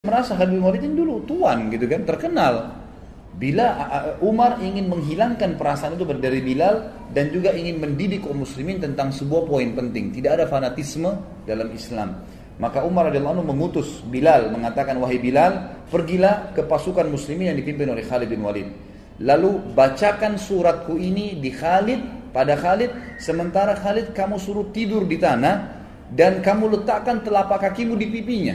merasa Khalid bin Walid ini dulu tuan gitu kan, terkenal. Bila Umar ingin menghilangkan perasaan itu dari Bilal dan juga ingin mendidik kaum muslimin tentang sebuah poin penting, tidak ada fanatisme dalam Islam. Maka Umar radhiyallahu anhu mengutus Bilal, mengatakan, wahai Bilal, pergilah ke pasukan muslimin yang dipimpin oleh Khalid bin Walid. Lalu bacakan suratku ini di Khalid, pada Khalid, sementara Khalid kamu suruh tidur di tanah dan kamu letakkan telapak kakimu di pipinya.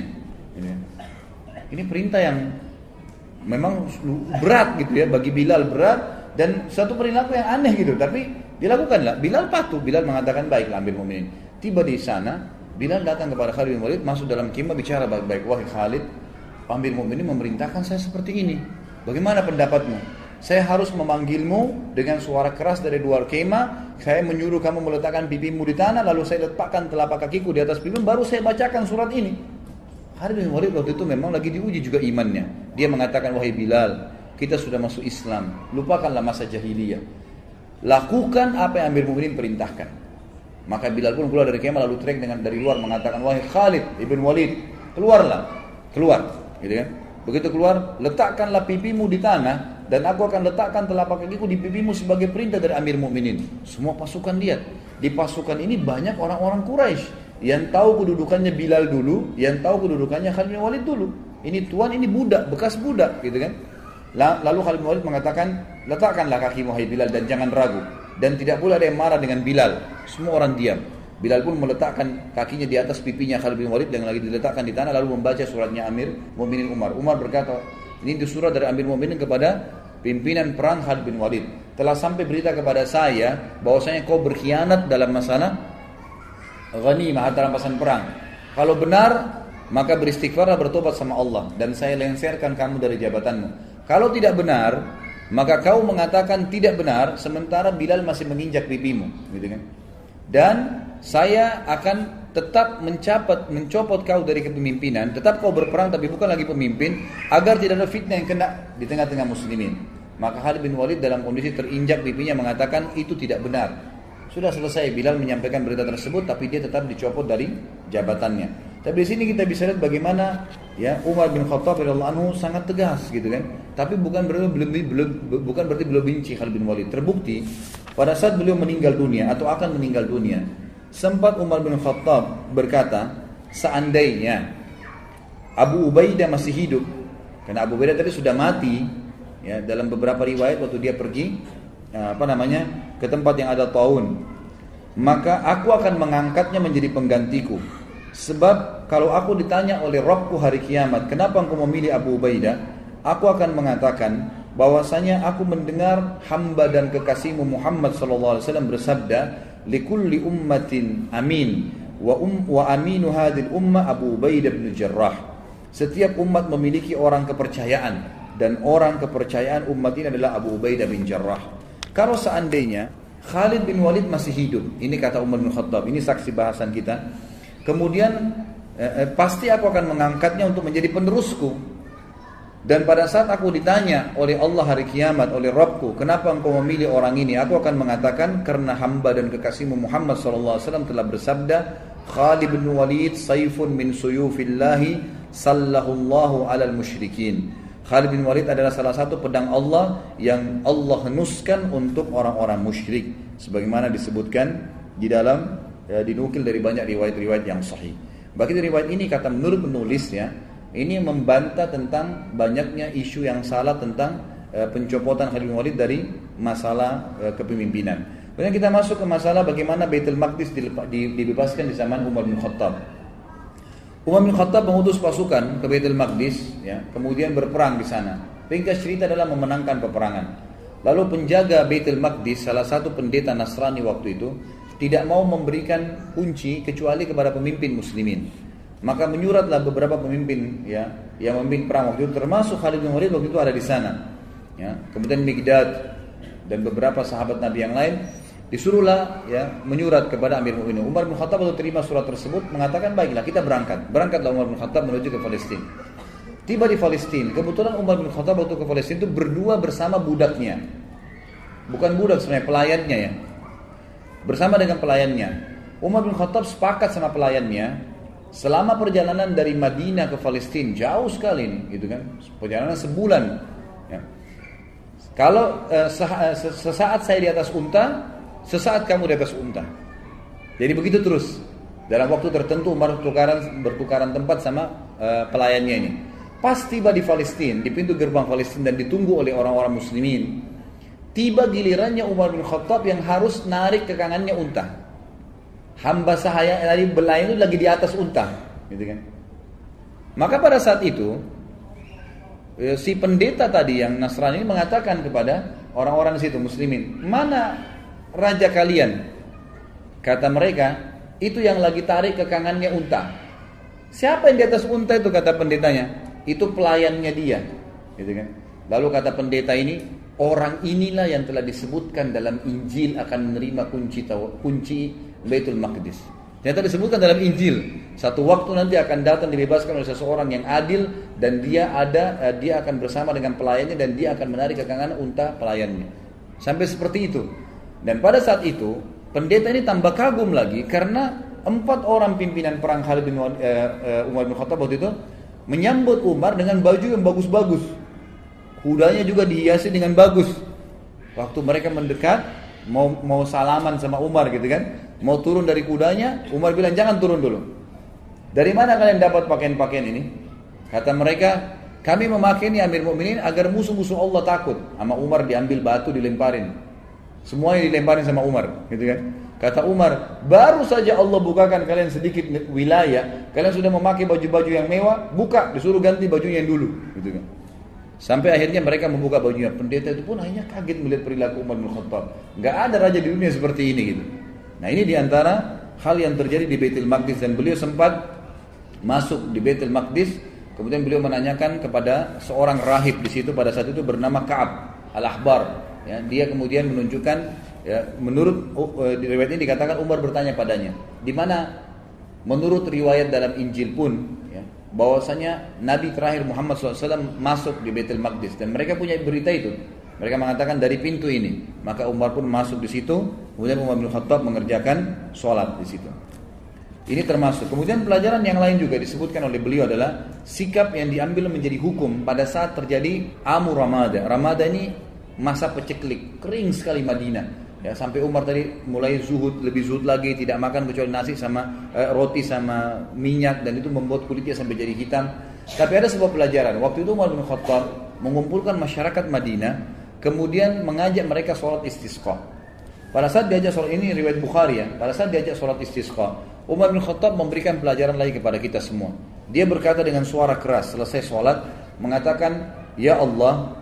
Ini perintah yang memang berat gitu ya, bagi Bilal berat dan satu perilaku yang aneh gitu, tapi dilakukanlah. Bilal patuh, Bilal mengatakan baiklah Amir Mu'minin. Tiba di sana, Bilal datang kepada Khalid bin Walid, masuk dalam kemah, bicara baik-baik. Wahai Khalid, Amir Mu'minin memerintahkan saya seperti ini. Bagaimana pendapatmu? Saya harus memanggilmu dengan suara keras dari luar kemah. Saya menyuruh kamu meletakkan pipimu di tanah, lalu saya letakkan telapak kakiku di atas pipimu, baru saya bacakan surat ini. Khalid bin Walid waktu itu memang lagi diuji juga imannya. Dia mengatakan, wahai Bilal, kita sudah masuk Islam, lupakanlah masa jahiliyah. Lakukan apa yang Amir Mu'minin perintahkan. Maka Bilal pun keluar dari kemah lalu teriak dari luar mengatakan, wahai Khalid ibn Walid, keluarlah, keluar, gitu kan? Begitu keluar, letakkanlah pipimu di tanah dan aku akan letakkan telapak kakiku di pipimu sebagai perintah dari Amir Mu'minin. Semua pasukan lihat. Di pasukan ini banyak orang-orang Quraisy yang tahu kedudukannya Bilal dulu, yang tahu kedudukannya Khalid bin Walid dulu. Ini tuan, ini budak, bekas budak, gitu kan? Lalu Khalid bin Walid mengatakan, letakkanlah kakimu hai Bilal dan jangan ragu. Dan tidak pula ada yang marah dengan Bilal. Semua orang diam. Bilal pun meletakkan kakinya di atas pipinya Khalid bin Walid yang lagi diletakkan di tanah, lalu membaca suratnya Amir Mu'minin Umar. Umar berkata, ini surat dari Amir Mu'minin kepada pimpinan perang Khalid bin Walid. Telah sampai berita kepada saya bahwasanya kau berkhianat dalam masalah ghanimah, harta rampasan perang. Kalau benar, maka beristighfarlah, bertobat sama Allah dan saya lengserkan kamu dari jabatanmu. Kalau tidak benar, maka kau mengatakan tidak benar sementara Bilal masih menginjak pipimu, gitu kan? Dan saya akan tetap mencopot kau dari kepemimpinan, tetap kau berperang tapi bukan lagi pemimpin, agar tidak ada fitnah yang kena di tengah-tengah muslimin. Maka Khalid bin Walid dalam kondisi terinjak pipinya mengatakan itu tidak benar. Sudah selesai, Bilal menyampaikan berita tersebut, tapi dia tetap dicopot dari jabatannya. Tapi di sini kita bisa lihat bagaimana ya Umar bin Khattab radhiyallahu anhu sangat tegas, gitu kan. Tapi bukan berarti belum benci Khalid bin Walid. Terbukti pada saat beliau meninggal dunia atau akan meninggal dunia, sempat Umar bin Khattab berkata, seandainya Abu Ubaidah masih hidup, karena Abu Ubaidah tadi sudah mati, ya dalam beberapa riwayat waktu dia pergi ke tempat yang ada taun, maka aku akan mengangkatnya menjadi penggantiku. Sebab kalau aku ditanya oleh Rabbku hari kiamat, kenapa engkau memilih Abu Ubaidah, aku akan mengatakan bahwasanya aku mendengar hamba dan kekasihmu Muhammad sallallahu alaihi wasallam bersabda, likulli ummatin amin wa aminu hadhil ummah Abu Ubaidah bin Jarrah. Setiap umat memiliki orang kepercayaan dan orang kepercayaan umat ini adalah Abu Ubaidah bin Jarrah. Kalau seandainya Khalid bin Walid masih hidup, ini kata Umar bin Khattab, ini saksi bahasan kita, kemudian pasti aku akan mengangkatnya untuk menjadi penerusku. Dan pada saat aku ditanya oleh Allah hari kiamat, oleh Rabbku, kenapa engkau memilih orang ini, aku akan mengatakan karena hamba dan kekasihmu Muhammad SAW telah bersabda, Khalid bin Walid sayfun min suyufillahi sallahullahu alal musyrikin. Khalid bin Walid adalah salah satu pedang Allah yang Allah henuskan untuk orang-orang musyrik, sebagaimana disebutkan di dalam dinukil dari banyak riwayat-riwayat yang sahih. Bagi riwayat ini, kata menurut penulisnya, ini membantah tentang banyaknya isu yang salah tentang pencopotan Khalid bin Walid dari masalah kepemimpinan. Kemudian kita masuk ke masalah bagaimana Baitul Maqdis dibebaskan di zaman Umar bin Khattab. Umar bin Khattab mengutus pasukan ke Baitul Maqdis, ya, kemudian berperang di sana. Ringkas cerita adalah memenangkan peperangan. Lalu penjaga Baitul Maqdis, salah satu pendeta Nasrani waktu itu, tidak mau memberikan kunci kecuali kepada pemimpin muslimin. Maka menyuratlah beberapa pemimpin, ya, yang memimpin perang waktu itu, termasuk Khalid bin Walid waktu itu ada di sana. Ya, kemudian Miqdad dan beberapa sahabat Nabi yang lain. Disuruhlah ya menyurat kepada Amir Mu'minin. Umar bin Khattab waktu terima surat tersebut mengatakan baiklah kita berangkat. Berangkatlah Umar bin Khattab menuju ke Palestina. Tiba di Palestina, kebetulan Umar bin Khattab waktu ke Palestina itu berdua bersama budaknya. Bukan budak sebenarnya, pelayannya ya. Bersama dengan pelayannya. Umar bin Khattab sepakat sama pelayannya, selama perjalanan dari Madinah ke Palestina jauh sekali nih, gitu kan? Perjalanan sebulan. Ya. Kalau sesaat saya di atas unta, sesaat kamu di atas unta. Jadi begitu terus. Dalam waktu tertentu Umar bertukaran tempat sama pelayannya ini. Pas tiba di Palestina, di pintu gerbang Palestina dan ditunggu oleh orang-orang muslimin, tiba gilirannya Umar bin Khattab yang harus narik ke kanannya unta. Hamba sahaya tadi belayan itu lagi di atas unta, gitu kan? Maka pada saat itu si pendeta tadi yang Nasrani ini mengatakan kepada orang-orang di situ muslimin, "Mana raja kalian?" Kata mereka, "Itu yang lagi tarik ke kanannya unta." "Siapa yang di atas unta itu?" kata pendetanya. "Itu pelayannya dia." Gitu kan? Lalu kata pendeta ini, "Orang inilah yang telah disebutkan dalam Injil akan menerima kunci Baitul Maqdis." Ternyata disebutkan dalam Injil, satu waktu nanti akan datang dibebaskan oleh seseorang yang adil dan dia akan bersama dengan pelayannya dan dia akan menarik ke kanan unta pelayannya. Sampai seperti itu. Dan pada saat itu pendeta ini tambah kagum lagi karena 4 orang pimpinan perang Khalid bin Umar bin Khattab waktu itu menyambut Umar dengan baju yang bagus-bagus. Kudanya juga dihiasi dengan bagus. Waktu mereka mendekat, mau salaman sama Umar gitu kan, mau turun dari kudanya, Umar bilang, "Jangan turun dulu." "Dari mana kalian dapat pakaian-pakaian ini?" Kata mereka, "Kami memakai ini Amir Mukminin agar musuh-musuh Allah takut." Sama Umar diambil batu dilemparin. Semuanya dilemparin sama Umar, gitu kan. Kata Umar, "Baru saja Allah bukakan kalian sedikit wilayah, kalian sudah memakai baju-baju yang mewah, buka, disuruh ganti bajunya yang dulu." Gitu kan. Sampai akhirnya mereka membuka bajunya. Pendeta itu pun akhirnya kaget melihat perilaku Umar bin Khattab. Gak ada raja di dunia seperti ini gitu. Nah, ini diantara hal yang terjadi di Baitul Maqdis. Dan beliau sempat masuk di Baitul Maqdis. Kemudian beliau menanyakan kepada seorang rahib di situ pada saat itu bernama Ka'ab al-Ahbar. Ya, dia kemudian menunjukkan, ya, menurut di riwayat ini dikatakan Umar bertanya padanya, di mana menurut riwayat dalam Injil pun, ya, bahwasanya Nabi terakhir Muhammad SAW masuk di Baitul Maqdis dan mereka punya berita itu. Mereka mengatakan dari pintu ini. Maka Umar pun masuk di situ. Kemudian Umar bin Khattab mengerjakan sholat di situ. Ini termasuk. Kemudian pelajaran yang lain juga disebutkan oleh beliau adalah sikap yang diambil menjadi hukum pada saat terjadi Amu Ramada. Ramada ini masa peceklik, kering sekali Madinah. Ya, sampai Umar tadi mulai lebih zuhud lagi, tidak makan kecuali nasi sama roti sama minyak, dan itu membuat kulitnya sampai jadi hitam. Tapi ada sebuah pelajaran. Waktu itu Umar bin Khattab mengumpulkan masyarakat Madinah, kemudian mengajak mereka sholat istisqa. Pada saat diajak sholat, ini riwayat Bukhari ya, pada saat diajak sholat istisqa, Umar bin Khattab memberikan pelajaran lagi kepada kita semua. Dia berkata dengan suara keras selesai sholat, mengatakan, "Ya Allah,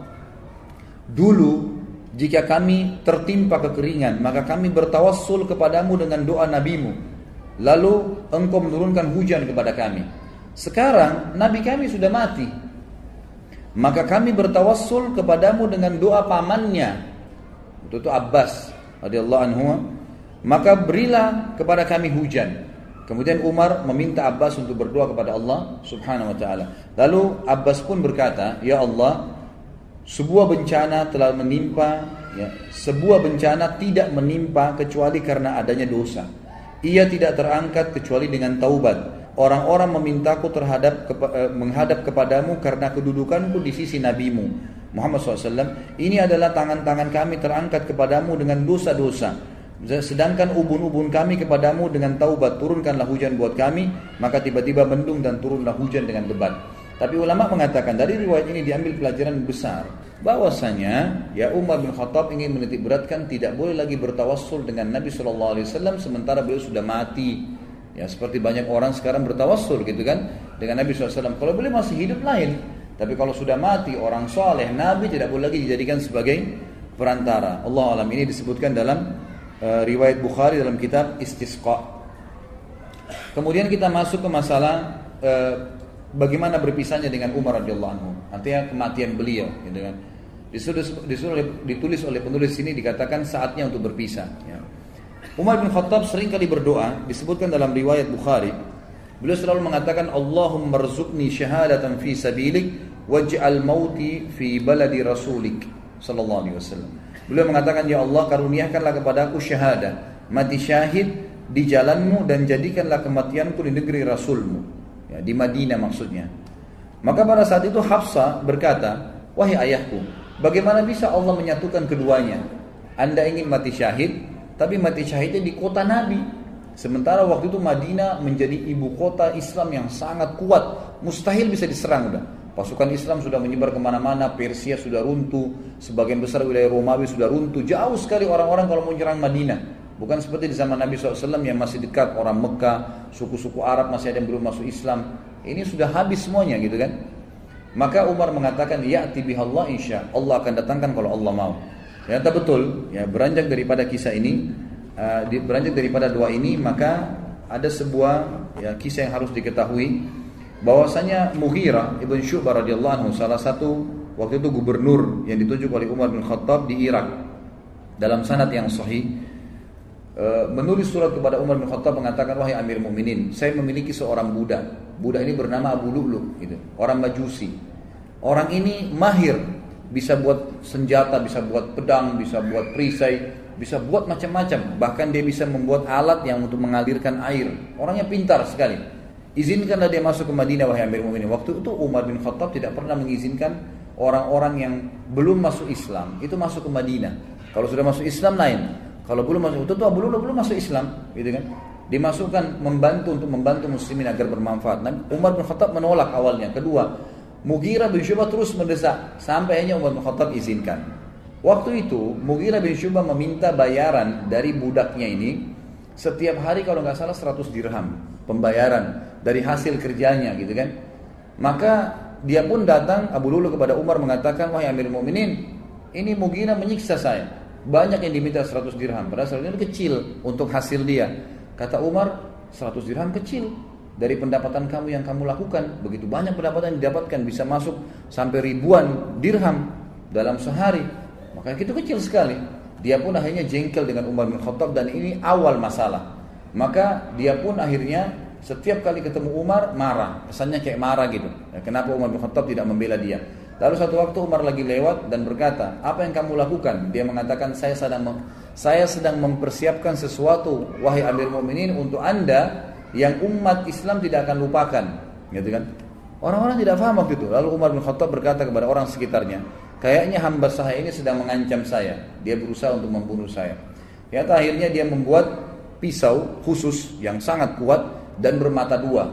dulu jika kami tertimpa kekeringan, maka kami bertawassul kepadamu dengan doa nabimu. Lalu engkau menurunkan hujan kepada kami. Sekarang nabi kami sudah mati, maka kami bertawassul kepadamu dengan doa pamannya, itu Abbas radhiyallahu anhu, maka berilah kepada kami hujan." Kemudian Umar meminta Abbas untuk berdoa kepada Allah subhanahu wa ta'ala. Lalu Abbas pun berkata, "Ya Allah, sebuah bencana telah menimpa, ya, sebuah bencana tidak menimpa kecuali karena adanya dosa. Ia tidak terangkat kecuali dengan taubat. Orang-orang memintaku menghadap kepadamu karena kedudukanku di sisi nabimu Muhammad SAW. Ini adalah tangan-tangan kami terangkat kepadamu dengan dosa-dosa. Sedangkan ubun-ubun kami kepadamu dengan taubat. Turunkanlah hujan buat kami." Maka tiba-tiba mendung dan turunlah hujan dengan lebat. Tapi ulama mengatakan dari riwayat ini diambil pelajaran besar, bahwasanya ya Umar bin Khattab ingin menitik beratkan tidak boleh lagi bertawassul dengan Nabi SAW sementara beliau sudah mati. Ya, seperti banyak orang sekarang bertawassul gitu kan dengan Nabi SAW. Kalau beliau masih hidup lain, tapi kalau sudah mati orang soleh, Nabi tidak boleh lagi dijadikan sebagai perantara. Allah alam. Ini disebutkan dalam riwayat Bukhari dalam kitab Istisqa. Kemudian kita masuk ke masalah bagaimana berpisahnya dengan Umar radhiyallahu anhu, artinya kematian beliau, gitu kan. Ditulis oleh penulis ini dikatakan saatnya untuk berpisah. Ya. Umar bin Khattab sering kali berdoa, disebutkan dalam riwayat Bukhari, beliau selalu mengatakan, "Allahumma rzuqni syahadatan fi sabilik waj'al mauti fi baladi rasulik sallallahu alaihi wasallam." Beliau mengatakan, "Ya Allah, karuniakanlah kepadaku syahadah, mati syahid di jalanmu dan jadikanlah kematianku di negeri Rasulmu. Ya, di Madinah maksudnya. Maka pada saat itu Hafsah berkata, wahai ayahku, bagaimana bisa Allah menyatukan keduanya? Anda ingin mati syahid, tapi mati syahidnya di kota Nabi. Sementara waktu itu Madinah menjadi ibu kota Islam yang sangat kuat, mustahil bisa diserang udah. Pasukan Islam sudah menyebar kemana-mana, Persia sudah runtuh, sebagian besar wilayah Romawi sudah runtuh, jauh sekali orang-orang kalau mau menyerang Madinah. Bukan seperti di zaman Nabi SAW yang masih dekat, orang Mekah, suku-suku Arab masih ada yang belum masuk Islam. Ini sudah habis semuanya gitu kan. Maka Umar mengatakan, ya'ti bihallah insya Allah akan datangkan kalau Allah mau. Ternyata betul, ya, beranjak daripada kisah ini, beranjak daripada doa ini, maka ada sebuah ya, kisah yang harus diketahui. Bahwasanya Mughirah ibn Syu'bah radhiyallahu anhu salah satu waktu itu gubernur yang ditunjuk oleh Umar bin Khattab di Irak, dalam sanad yang sahih menulis surat kepada Umar bin Khattab mengatakan, wahai Amir Mukminin, saya memiliki seorang budak. Budak ini bernama Abu Lu'lu, gitu, orang Majusi. Orang ini mahir, bisa buat senjata, bisa buat pedang, bisa buat perisai, bisa buat macam-macam. Bahkan dia bisa membuat alat yang untuk mengalirkan air. Orangnya pintar sekali. Izinkanlah dia masuk ke Madinah, wahai Amir Mu'minin. Waktu itu Umar bin Khattab tidak pernah mengizinkan orang-orang yang belum masuk Islam itu masuk ke Madinah. Kalau sudah masuk Islam lain. Kalau belum masuk, itu Abu Lu'lu belum masuk Islam, gitu kan? Dimasukkan untuk membantu muslimin agar bermanfaat. Nah, Umar bin Khattab menolak awalnya. Kedua, Mughirah bin Syu'bah terus mendesak sampai akhirnya Umar bin Khattab izinkan. Waktu itu Mughirah bin Syu'bah meminta bayaran dari budaknya ini setiap hari kalau nggak salah 100 dirham pembayaran dari hasil kerjanya, gitu kan. Maka dia pun datang, Abu Lu'lu kepada Umar mengatakan, wahai Amir Mu'minin, ini Mughirah menyiksa saya, banyak yang diminta 100 dirham, padahal 100 dirham kecil untuk hasil dia. Kata Umar, 100 dirham kecil dari pendapatan kamu yang kamu lakukan. Begitu banyak pendapatan yang didapatkan, bisa masuk sampai ribuan dirham dalam sehari, maka itu kecil sekali. Dia pun akhirnya jengkel dengan Umar bin Khattab, dan ini awal masalah. Maka dia pun akhirnya setiap kali ketemu Umar marah, kesannya kayak marah gitu. Kenapa Umar bin Khattab tidak membela dia? Lalu satu waktu Umar lagi lewat dan berkata, apa yang kamu lakukan? Dia mengatakan, saya sedang mempersiapkan sesuatu, wahai Amir Mu'minin, untuk Anda yang umat Islam tidak akan lupakan, gitu kan? Orang-orang tidak paham waktu itu. Lalu Umar bin Khattab berkata kepada orang sekitarnya, kayaknya hamba saya ini sedang mengancam saya. Dia berusaha untuk membunuh saya. Ternyata akhirnya dia membuat pisau khusus yang sangat kuat dan bermata dua.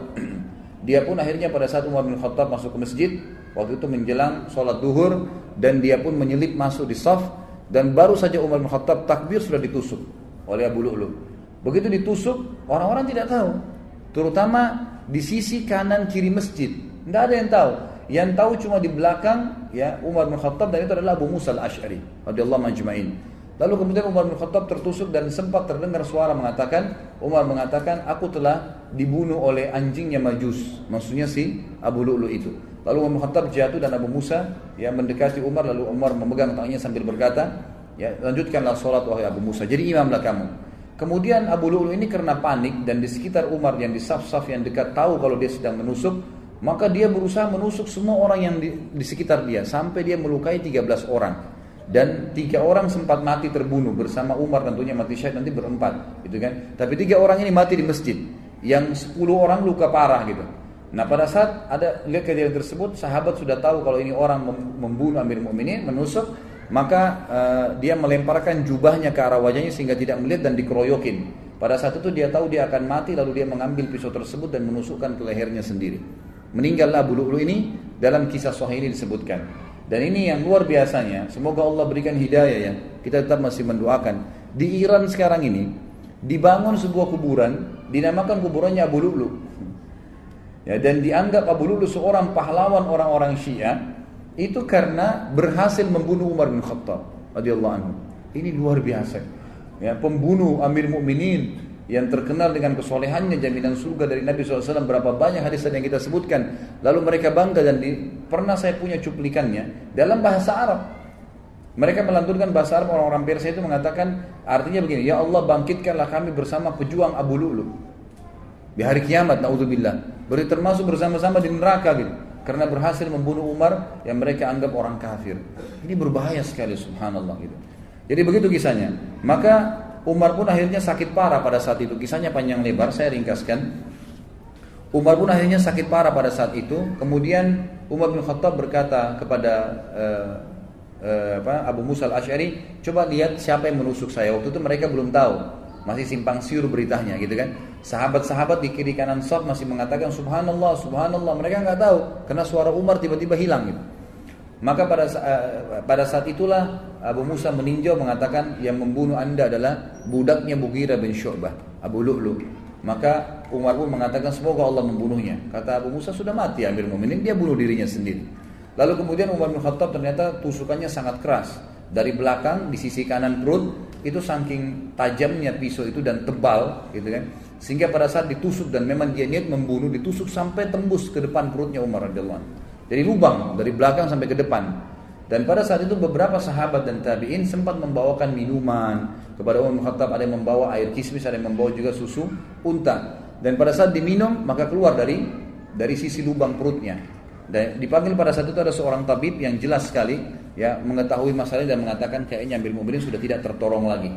Dia pun akhirnya pada saat Umar bin Khattab masuk ke masjid, waktu itu menjelang sholat duhur, dan dia pun menyelip masuk di saf, dan baru saja Umar bin Khattab takbir sudah ditusuk oleh Abu Lu'lu. Begitu ditusuk, orang-orang tidak tahu, terutama di sisi kanan kiri masjid, tidak ada yang tahu. Yang tahu cuma di belakang ya Umar bin Khattab, dan itu adalah Abu Musa al-Ash'ari radhiyallahu majma'in. Lalu kemudian Umar bin Khattab tertusuk dan sempat terdengar suara mengatakan, Umar mengatakan, aku telah dibunuh oleh anjingnya Majus, maksudnya si Abu Lu'lu itu. Lalu Umar bin Khattab jatuh dan Abu Musa ya mendekati Umar, lalu Umar memegang tangannya sambil berkata, ya lanjutkanlah sholat wahai Abu Musa, jadi imamlah kamu. Kemudian Abu Lu'lu ini karena panik, dan di sekitar Umar yang di saf-saf yang dekat tahu kalau dia sedang menusuk, maka dia berusaha menusuk semua orang yang di sekitar dia, sampai dia melukai 13 orang. Dan 3 orang sempat mati terbunuh bersama Umar, tentunya mati syahid nanti berempat, gitu kan. Tapi 3 orang ini mati di masjid, yang 10 orang luka parah gitu. Nah pada saat ada lihat kejadian tersebut, sahabat sudah tahu kalau ini orang membunuh Amir Mu'minin, menusuk, maka dia melemparkan jubahnya ke arah wajahnya sehingga tidak melihat dan dikeroyokin. Pada saat itu dia tahu dia akan mati, lalu dia mengambil pisau tersebut dan menusukkan ke lehernya sendiri. Meninggallah Abu Lu'lu ini, dalam kisah sahih ini disebutkan. Dan ini yang luar biasanya, semoga Allah berikan hidayah ya. Kita tetap masih mendoakan. Di Iran sekarang ini dibangun sebuah kuburan, dinamakan kuburannya Abu Lu'lu. Ya, dan dianggap Abu Lu'lu seorang pahlawan orang-orang Syiah itu karena berhasil membunuh Umar bin Khattab radhiyallahu anhu. Ini luar biasa. Ya, pembunuh Amir Mu'minin yang terkenal dengan kesolehannya, jaminan surga dari Nabi SAW, berapa banyak hadis yang kita sebutkan. Lalu mereka bangga, dan pernah saya punya cuplikannya dalam bahasa Arab. Mereka melantunkan bahasa Arab, orang-orang Persia itu mengatakan, artinya begini, ya Allah bangkitkanlah kami bersama pejuang Abu Lu'lu di hari kiamat, na'udzubillah, beri termasuk bersama-sama di neraka gitu, karena berhasil membunuh Umar yang mereka anggap orang kafir. Ini berbahaya sekali, subhanallah gitu. Jadi begitu kisahnya. Maka Umar pun akhirnya sakit parah pada saat itu. Kisahnya panjang lebar, saya ringkaskan. Umar pun akhirnya sakit parah pada saat itu. Kemudian Umar bin Khattab berkata kepada Abu Musa al-Asy'ari, coba lihat siapa yang menusuk saya. Waktu itu mereka belum tahu, masih simpang siur beritanya gitu kan. Sahabat-sahabat di kiri kanan shaf masih mengatakan subhanallah, subhanallah. Mereka nggak tahu karena suara Umar tiba-tiba hilang gitu. Maka pada saat itulah Abu Musa meninjau mengatakan yang membunuh anda adalah budaknya Mughirah bin Syu'bah, Abu Lu'lu'. Maka Umar pun mengatakan semoga Allah membunuhnya. Kata Abu Musa, sudah mati Amir Mu'minin, dia bunuh dirinya sendiri. Lalu kemudian Umar bin Khattab ternyata tusukannya sangat keras. Dari belakang di sisi kanan perut itu saking tajamnya pisau itu dan tebal gitu kan. Sehingga pada saat ditusuk dan memang dia niat membunuh, ditusuk sampai tembus ke depan perutnya Umar radhiyallahu anhu. Jadi lubang dari belakang sampai ke depan. Dan pada saat itu beberapa sahabat dan tabi'in sempat membawakan minuman kepada Umar bin Khattab, ada yang membawa air kismis, ada yang membawa juga susu unta. Dan pada saat diminum maka keluar dari sisi lubang perutnya. Dan dipanggil pada saat itu ada seorang tabib yang jelas sekali ya mengetahui masalah dan mengatakan kayaknya Amir Mu'minin sudah tidak tertolong lagi.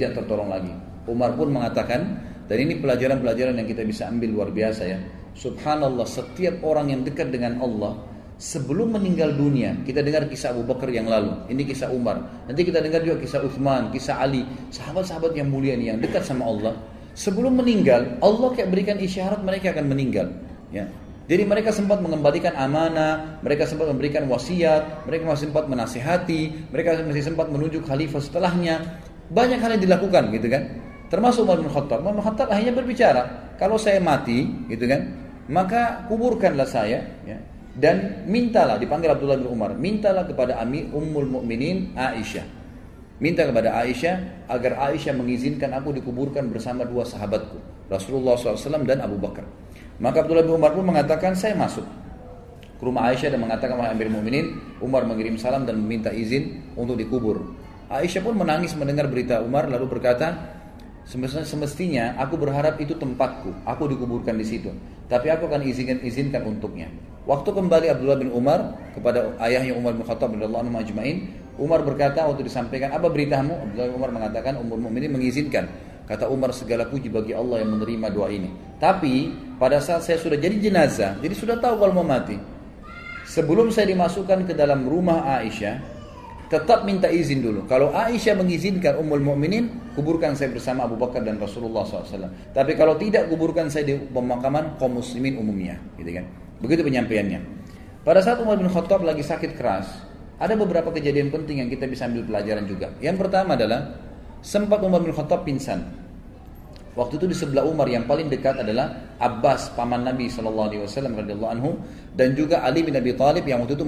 Umar pun mengatakan, dan ini pelajaran-pelajaran yang kita bisa ambil luar biasa ya. Subhanallah, setiap orang yang dekat dengan Allah sebelum meninggal dunia, kita dengar kisah Abu Bakar yang lalu, ini kisah Umar, nanti kita dengar juga kisah Uthman, kisah Ali, sahabat-sahabat yang mulia nih yang dekat sama Allah. Sebelum meninggal, Allah kayak berikan isyarat mereka akan meninggal. Ya. Jadi mereka sempat mengembalikan amanah, mereka sempat memberikan wasiat, mereka masih sempat menasihati, mereka masih sempat menunjuk khalifah setelahnya. Banyak hal yang dilakukan gitu kan. Termasuk Umar bin Khattab. Umar bin Khattab akhirnya berbicara, kalau saya mati gitu kan, maka kuburkanlah saya ya. Dan mintalah, dipanggil Abdullah bin Umar, mintalah kepada Ummul Mukminin Aisyah. Minta kepada Aisyah agar Aisyah mengizinkan aku dikuburkan bersama dua sahabatku, Rasulullah SAW dan Abu Bakar. Maka Abdullah bin Umar pun mengatakan, saya masuk ke rumah Aisyah dan mengatakan, wahai Amir Mukminin, Umar mengirim salam dan meminta izin untuk dikubur. Aisyah pun menangis mendengar berita Umar lalu berkata, semestinya aku berharap itu tempatku, aku dikuburkan di situ. Tapi aku akan izinkan untuknya. Waktu kembali Abdullah bin Umar kepada ayahnya Umar bin Khattab radhiyallahu anhu ajma'in, Umar berkata waktu disampaikan, apa beritamu? Abdullah bin Umar mengatakan, Ummul Mukminin mengizinkan. Kata Umar, segala puji bagi Allah yang menerima doa ini. Tapi pada saat saya sudah jadi jenazah, jadi sudah tahu kalau mau mati, sebelum saya dimasukkan ke dalam rumah Aisyah, tetap minta izin dulu. Kalau Aisyah mengizinkan Ummul Mukminin, kuburkan saya bersama Abu Bakar dan Rasulullah SAW. Tapi kalau tidak, kuburkan saya di pemakaman kaum muslimin umumnya, gitu kan? Begitu penyampaiannya. Pada saat Umar bin Khattab lagi sakit keras, ada beberapa kejadian penting yang kita bisa ambil pelajaran juga. Yang pertama adalah sempat Umar bin Khattab pingsan. Waktu itu di sebelah Umar yang paling dekat adalah Abbas, paman Nabi SAW radhiyallahu anhu, dan juga Ali bin Abi Thalib yang waktu itu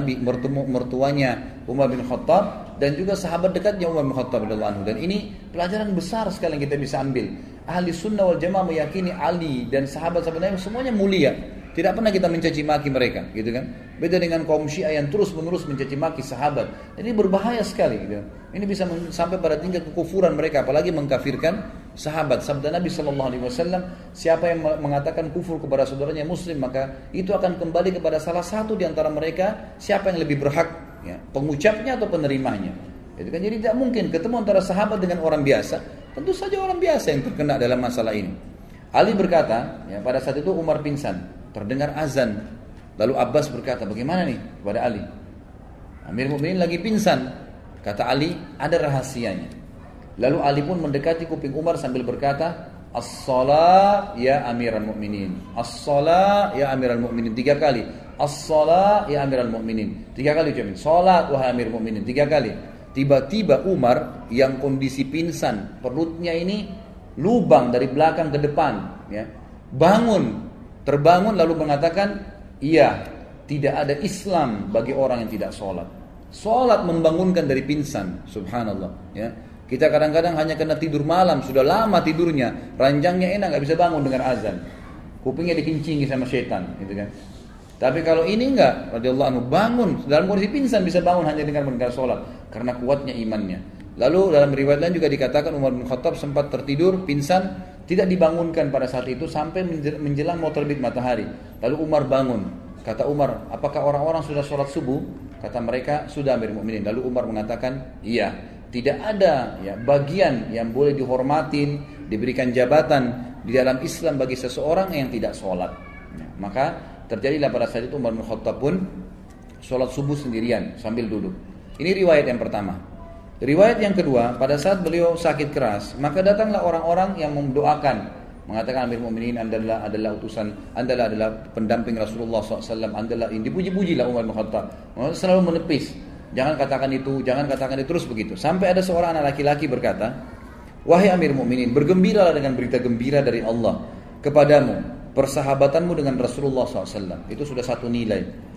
mertuanya Umar bin Khattab, dan juga sahabat dekatnya Umar bin Khattab radhiyallahu anhu. Dan ini pelajaran besar sekali yang kita bisa ambil. Ahli sunnah wal jamaah meyakini Ali dan sahabat-sahabat Nabi semuanya mulia. Tidak pernah kita mencaci maki mereka, gitu kan? Beda dengan kaum Syiah yang terus-menerus mencaci maki sahabat. Ini berbahaya sekali, gitu. Ini bisa sampai pada tingkat kekufuran mereka, apalagi mengkafirkan sahabat. Sabda Nabi SAW, siapa yang mengatakan kufur kepada saudaranya Muslim, maka itu akan kembali kepada salah satu di antara mereka, siapa yang lebih berhak, ya, pengucapnya atau penerimanya. Itu kan, jadi tidak mungkin ketemu antara sahabat dengan orang biasa. Tentu saja orang biasa yang terkena dalam masalah ini. Ali berkata, ya, pada saat itu Umar pingsan. Terdengar azan. Lalu Abbas berkata, bagaimana nih kepada Ali? Amir Mukminin lagi pingsan. Kata Ali, ada rahasianya. Lalu Ali pun mendekati kuping Umar sambil berkata, As-salah ya Amiral Mukminin. As-salah ya Amiral Mukminin. 3 kali. As-salah ya Amiral Mukminin. 3 kali ucapin. Salat wahai Amir Mukminin. 3 kali. Tiba-tiba Umar yang kondisi pingsan, perutnya ini lubang dari belakang ke depan, ya, bangun. Terbangun lalu mengatakan, iya, tidak ada Islam bagi orang yang tidak sholat. Sholat membangunkan dari pingsan, subhanallah. Ya. Kita kadang-kadang hanya kena tidur malam, sudah lama tidurnya, ranjangnya enak, nggak bisa bangun dengan azan. Kupingnya dikincingi sama setan, gitu kan. Tapi kalau ini enggak, radhiyallahu anhu, bangun dalam kondisi pingsan bisa bangun hanya dengan mendengar sholat, karena kuatnya imannya. Lalu dalam riwayat lain juga dikatakan Umar bin Khattab sempat tertidur, pingsan, tidak dibangunkan pada saat itu sampai menjelang mau terbit matahari. Lalu Umar bangun. Kata Umar, apakah orang-orang sudah sholat subuh? Kata mereka, sudah Amir Mukminin. Lalu Umar mengatakan, iya. tidak ada ya bagian yang boleh dihormatin, diberikan jabatan di dalam Islam bagi seseorang yang tidak sholat. Ya, maka terjadilah pada saat itu Umar bin Khattab pun sholat subuh sendirian sambil duduk. Ini riwayat yang pertama. Riwayat yang kedua, pada saat beliau sakit keras, maka datanglah orang-orang yang mendoakan, mengatakan Amir Mu'minin, adalah utusan, adalah pendamping Rasulullah SAW, adalah ini dipuji-pujilah Umar bin Khattab. Selalu menepis, jangan katakan itu, terus begitu. Sampai ada seorang anak laki-laki berkata, wahai Amir Mu'minin, bergembiralah dengan berita gembira dari Allah kepadamu, persahabatanmu dengan Rasulullah SAW. Itu sudah satu nilai.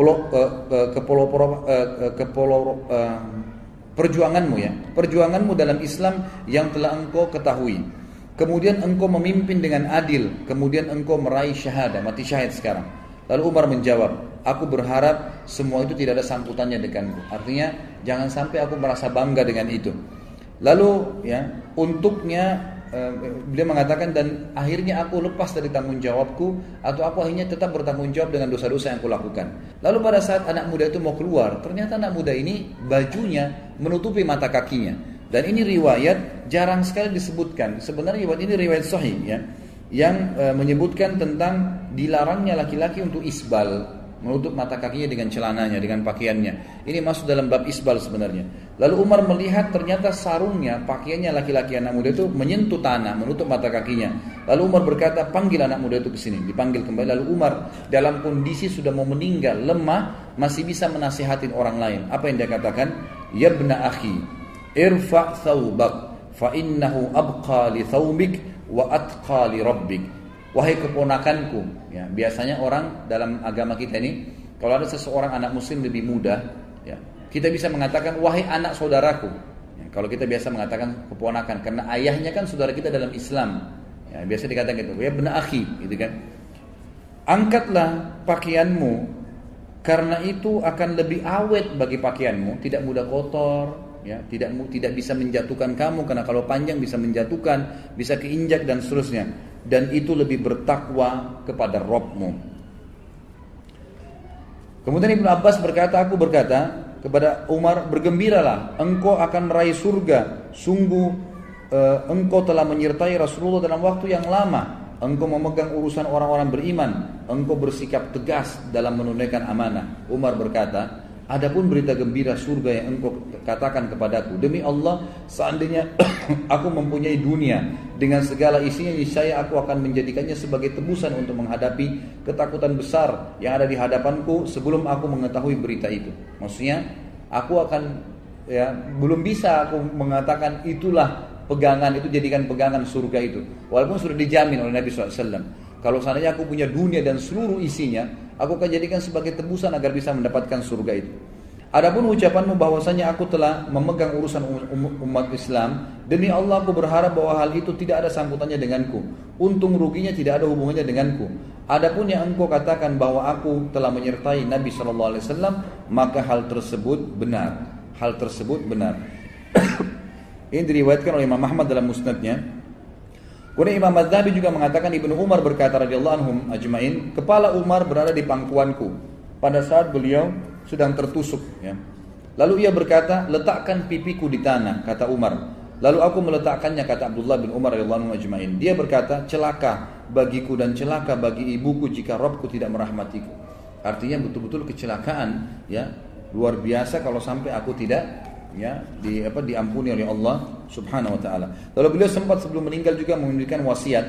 Perjuanganmu dalam Islam yang telah engkau ketahui. Kemudian engkau memimpin dengan adil, kemudian engkau meraih syahadah, mati syahid sekarang. Lalu Umar menjawab, aku berharap semua itu tidak ada sangkutannya denganku. Artinya jangan sampai aku merasa bangga dengan itu. Lalu ya, untuknya beliau mengatakan, dan akhirnya aku lepas dari tanggung jawabku, atau aku akhirnya tetap bertanggung jawab dengan dosa-dosa yang aku lakukan. Lalu pada saat anak muda itu mau keluar, ternyata anak muda ini bajunya menutupi mata kakinya. Dan ini riwayat jarang sekali disebutkan. Sebenarnya riwayat ini riwayat sahih ya, yang menyebutkan tentang dilarangnya laki-laki untuk isbal, menutup mata kakinya dengan celananya, dengan pakaiannya. Ini masuk dalam bab isbal sebenarnya. Lalu Umar melihat ternyata sarungnya, pakaiannya laki-laki anak muda itu menyentuh tanah, menutup mata kakinya. Lalu Umar berkata, panggil anak muda itu ke sini. Dipanggil kembali. Lalu Umar dalam kondisi sudah mau meninggal, lemah, masih bisa menasihatin orang lain. Apa yang dia katakan? Ya ibna akhi, irfa' thawbak, fa innahu abqa li thawbik wa atqa li rabbik. Wahai keponakanku, ya, biasanya orang dalam agama kita ini, kalau ada seseorang anak muslim lebih muda, ya, kita bisa mengatakan wahai anak saudaraku. Ya, kalau kita biasa mengatakan keponakan, karena ayahnya kan saudara kita dalam Islam. Ya, biasa dikatakan gitu, ya benar akhi, gitu kan. Angkatlah pakaianmu, karena itu akan lebih awet bagi pakaianmu, tidak mudah kotor. Ya, tidak bisa menjatuhkan kamu, karena kalau panjang bisa menjatuhkan, bisa keinjak dan seterusnya. Dan itu lebih bertakwa kepada Rabbmu. Kemudian Ibnu Abbas berkata, aku berkata kepada Umar, bergembiralah, engkau akan meraih surga. Sungguh engkau telah menyertai Rasulullah dalam waktu yang lama. Engkau memegang urusan orang-orang beriman. Engkau bersikap tegas dalam menunaikan amanah. Umar berkata, adapun berita gembira surga yang engkau katakan kepadaku, demi Allah, seandainya aku mempunyai dunia dengan segala isinya, niscaya aku akan menjadikannya sebagai tebusan untuk menghadapi ketakutan besar yang ada di hadapanku sebelum aku mengetahui berita itu. Maksudnya, aku akan, ya, belum bisa aku mengatakan itulah pegangan itu, jadikan pegangan surga itu, walaupun sudah dijamin oleh Nabi SAW. Kalau seandainya aku punya dunia dan seluruh isinya, aku akan jadikan sebagai tebusan agar bisa mendapatkan surga itu. Adapun ucapanmu bahwasanya aku telah memegang urusan umat Islam, demi Allah aku berharap bahwa hal itu tidak ada sangkutannya denganku. Untung ruginya tidak ada hubungannya denganku. Adapun yang engkau katakan bahwa aku telah menyertai Nabi SAW, maka hal tersebut benar. Hal tersebut benar. Ini diriwayatkan oleh Imam Ahmad dalam musnadnya. Kemudian Imam Az-Zahabi juga mengatakan, Ibnu Umar berkata radhiyallahu anhum ajmain, kepala Umar berada di pangkuanku pada saat beliau sedang tertusuk, ya. Lalu ia berkata, letakkan pipiku di tanah, kata Umar. Lalu aku meletakkannya, kata Abdullah bin Umar radhiyallahu anhu ajmain. Dia berkata, celaka bagiku dan celaka bagi ibuku jika Rabbku tidak merahmatiku. Artinya betul-betul kecelakaan, ya, luar biasa kalau sampai aku tidak, ya, diampuni oleh Allah Subhanahu wa taala. Lalu beliau sempat sebelum meninggal juga memberikan wasiat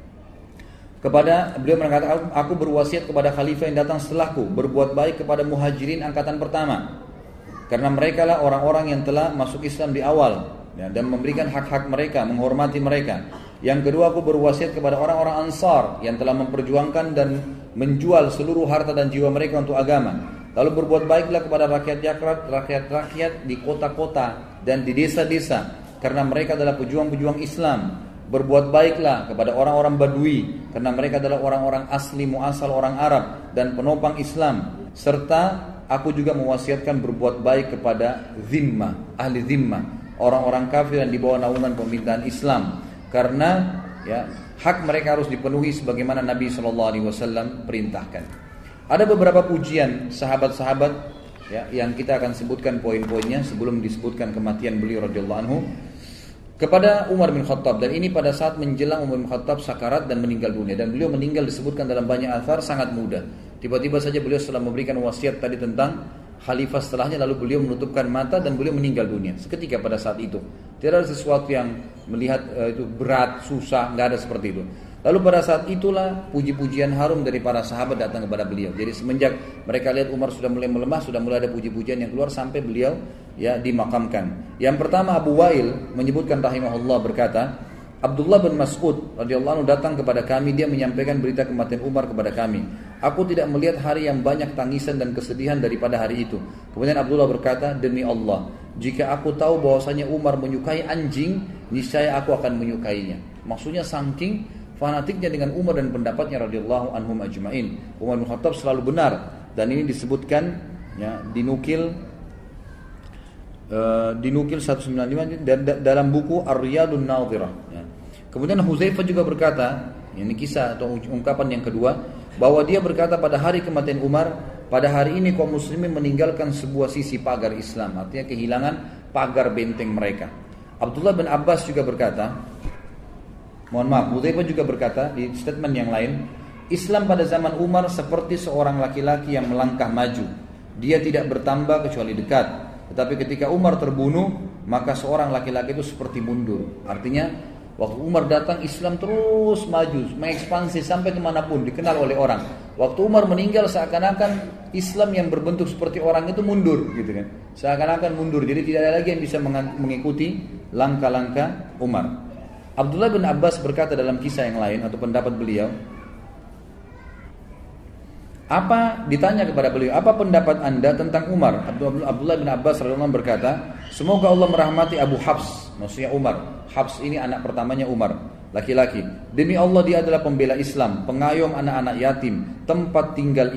kepada, beliau mengatakan, aku berwasiat kepada khalifah yang datang setelahku, berbuat baik kepada muhajirin angkatan pertama, karena mereka lah orang-orang yang telah masuk Islam di awal, ya, dan memberikan hak-hak mereka, menghormati mereka. Yang kedua, aku berwasiat kepada orang-orang Ansar yang telah memperjuangkan dan menjual seluruh harta dan jiwa mereka untuk agama. Lalu berbuat baiklah kepada rakyat-rakyat di kota-kota dan di desa-desa, karena mereka adalah pejuang-pejuang Islam. Berbuat baiklah kepada orang-orang Badui, karena mereka adalah orang-orang asli muasal orang Arab dan penopang Islam. Serta aku juga mewasiatkan berbuat baik kepada zimmah, ahli zimmah, orang-orang kafir yang di bawah naungan pemerintahan Islam, karena, ya, hak mereka harus dipenuhi sebagaimana Nabi SAW perintahkan. Ada beberapa pujian sahabat-sahabat, ya, yang kita akan sebutkan poin-poinnya sebelum disebutkan kematian beliau radhiyallahu anhu kepada Umar bin Khattab, dan ini pada saat menjelang Umar bin Khattab sakarat dan meninggal dunia, dan beliau meninggal disebutkan dalam banyak athar sangat muda. Tiba-tiba saja beliau setelah memberikan wasiat tadi tentang khalifah setelahnya, lalu beliau menutupkan mata dan beliau meninggal dunia seketika pada saat itu. Tidak ada sesuatu yang melihat itu berat, susah, nggak ada seperti itu. Lalu pada saat itulah puji-pujian harum dari para sahabat datang kepada beliau. Jadi semenjak mereka lihat Umar sudah mulai melemah, sudah mulai ada puji-pujian yang keluar sampai beliau ya dimakamkan. Yang pertama Abu Wail menyebutkan rahimahullah berkata, Abdullah bin Mas'ud radhiyallahu anhu datang kepada kami, dia menyampaikan berita kematian Umar kepada kami. Aku tidak melihat hari yang banyak tangisan dan kesedihan daripada hari itu. Kemudian Abdullah berkata, demi Allah, jika aku tahu bahwasanya Umar menyukai anjing, niscaya aku akan menyukainya. Maksudnya saking fanatiknya dengan Umar dan pendapatnya radhiyallahu anhum ajma'in. Umar bin Khattab selalu benar, dan ini disebutkan ya, dinukil 195 dalam buku Ar-Riyadun Nadhirah ya. Kemudian Huzaifah juga berkata, ini kisah atau ungkapan yang kedua, bahwa dia berkata pada hari kematian Umar, pada hari ini kaum muslimin meninggalkan sebuah sisi pagar Islam, artinya kehilangan pagar benteng mereka. Abdullah bin Abbas juga berkata, Hudzaifah juga berkata di statement yang lain, Islam pada zaman Umar seperti seorang laki-laki yang melangkah maju. Dia tidak bertambah kecuali dekat. Tetapi ketika Umar terbunuh, maka seorang laki-laki itu seperti mundur. Artinya waktu Umar datang, Islam terus maju, mengekspansi sampai kemanapun, dikenal oleh orang. Waktu Umar meninggal, seakan-akan Islam yang berbentuk seperti orang itu mundur, gitu kan? Seakan-akan mundur. Jadi tidak ada lagi yang bisa mengikuti langkah-langkah Umar. Abdullah bin Abbas berkata dalam kisah yang lain atau pendapat beliau, ditanya kepada beliau, apa pendapat anda tentang Umar? Abdullah bin Abbas radhiyallahu anhu berkata, semoga Allah merahmati Abu Hafs, maksudnya Umar. Hafs ini anak pertamanya Umar, laki-laki. Demi Allah dia adalah pembela Islam, pengayom anak-anak yatim, tempat tinggal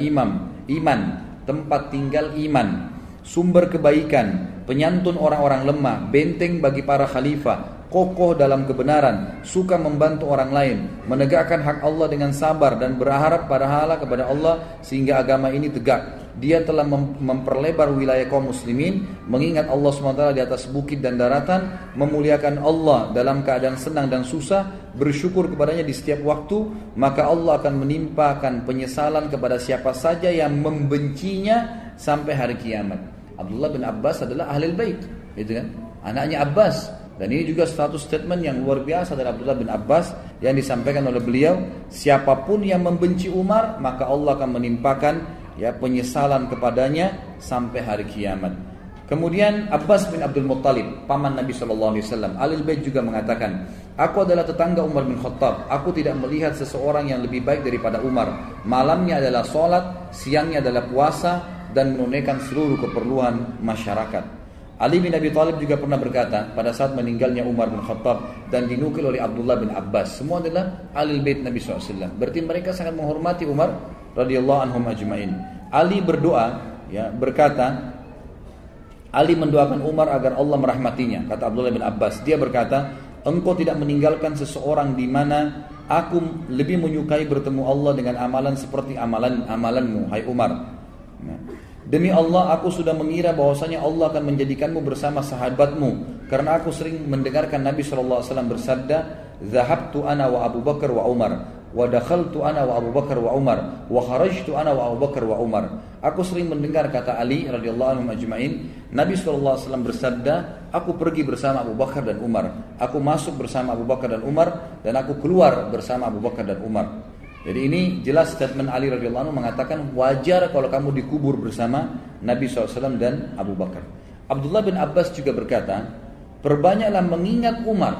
tempat tinggal iman, sumber kebaikan, penyantun orang-orang lemah, benteng bagi para khalifah, kokoh dalam kebenaran, suka membantu orang lain, menegakkan hak Allah dengan sabar dan berharap pahala kepada Allah sehingga agama ini tegak. Dia telah memperlebar wilayah kaum muslimin, mengingat Allah SWT di atas bukit dan daratan, memuliakan Allah dalam keadaan senang dan susah, bersyukur kepadanya di setiap waktu, maka Allah akan menimpakan penyesalan kepada siapa saja yang membencinya sampai hari kiamat. Abdullah bin Abbas adalah ahlul bait, gitu kan? Anaknya Abbas. Dan ini juga satu statement yang luar biasa dari Abdullah bin Abbas yang disampaikan oleh beliau, siapapun yang membenci Umar, maka Allah akan menimpakan ya penyesalan kepadanya sampai hari kiamat. Kemudian Abbas bin Abdul Muttalib, paman Nabi SAW, Ahlul Bait juga mengatakan, aku adalah tetangga Umar bin Khattab, aku tidak melihat seseorang yang lebih baik daripada Umar. Malamnya adalah sholat, siangnya adalah puasa, dan menunaikan seluruh keperluan masyarakat. Ali bin Abi Thalib juga pernah berkata pada saat meninggalnya Umar bin Khattab, dan dinukil oleh Abdullah bin Abbas, semua adalah Ahlul Bait Nabi SAW. Berarti mereka sangat menghormati Umar radhiyallahu anhum ajma'in. Ali berdoa, ya, berkata, Ali mendoakan Umar agar Allah merahmatinya. Kata Abdullah bin Abbas, dia berkata, engkau tidak meninggalkan seseorang di mana aku lebih menyukai bertemu Allah dengan amalan seperti amalanmu, hai Umar. Nah, demi Allah, aku sudah mengira bahwasanya Allah akan menjadikanmu bersama sahabatmu, karena aku sering mendengarkan Nabi SAW bersabda, "Zahabtu ana wa Abu Bakar wa Umar, wa dakhaltu ana wa Abu Bakar wa Umar, wa kharajtu ana wa Abu Bakar wa Umar." Aku sering mendengar, kata Ali radhiyallahu anhu ajma'in, Nabi SAW bersabda, aku pergi bersama Abu Bakar dan Umar, aku masuk bersama Abu Bakar dan Umar, dan aku keluar bersama Abu Bakar dan Umar. Jadi ini jelas statement Ali radhiyallahu anhu mengatakan wajar kalau kamu dikubur bersama Nabi SAW dan Abu Bakar. Abdullah bin Abbas juga berkata, perbanyaklah mengingat Umar,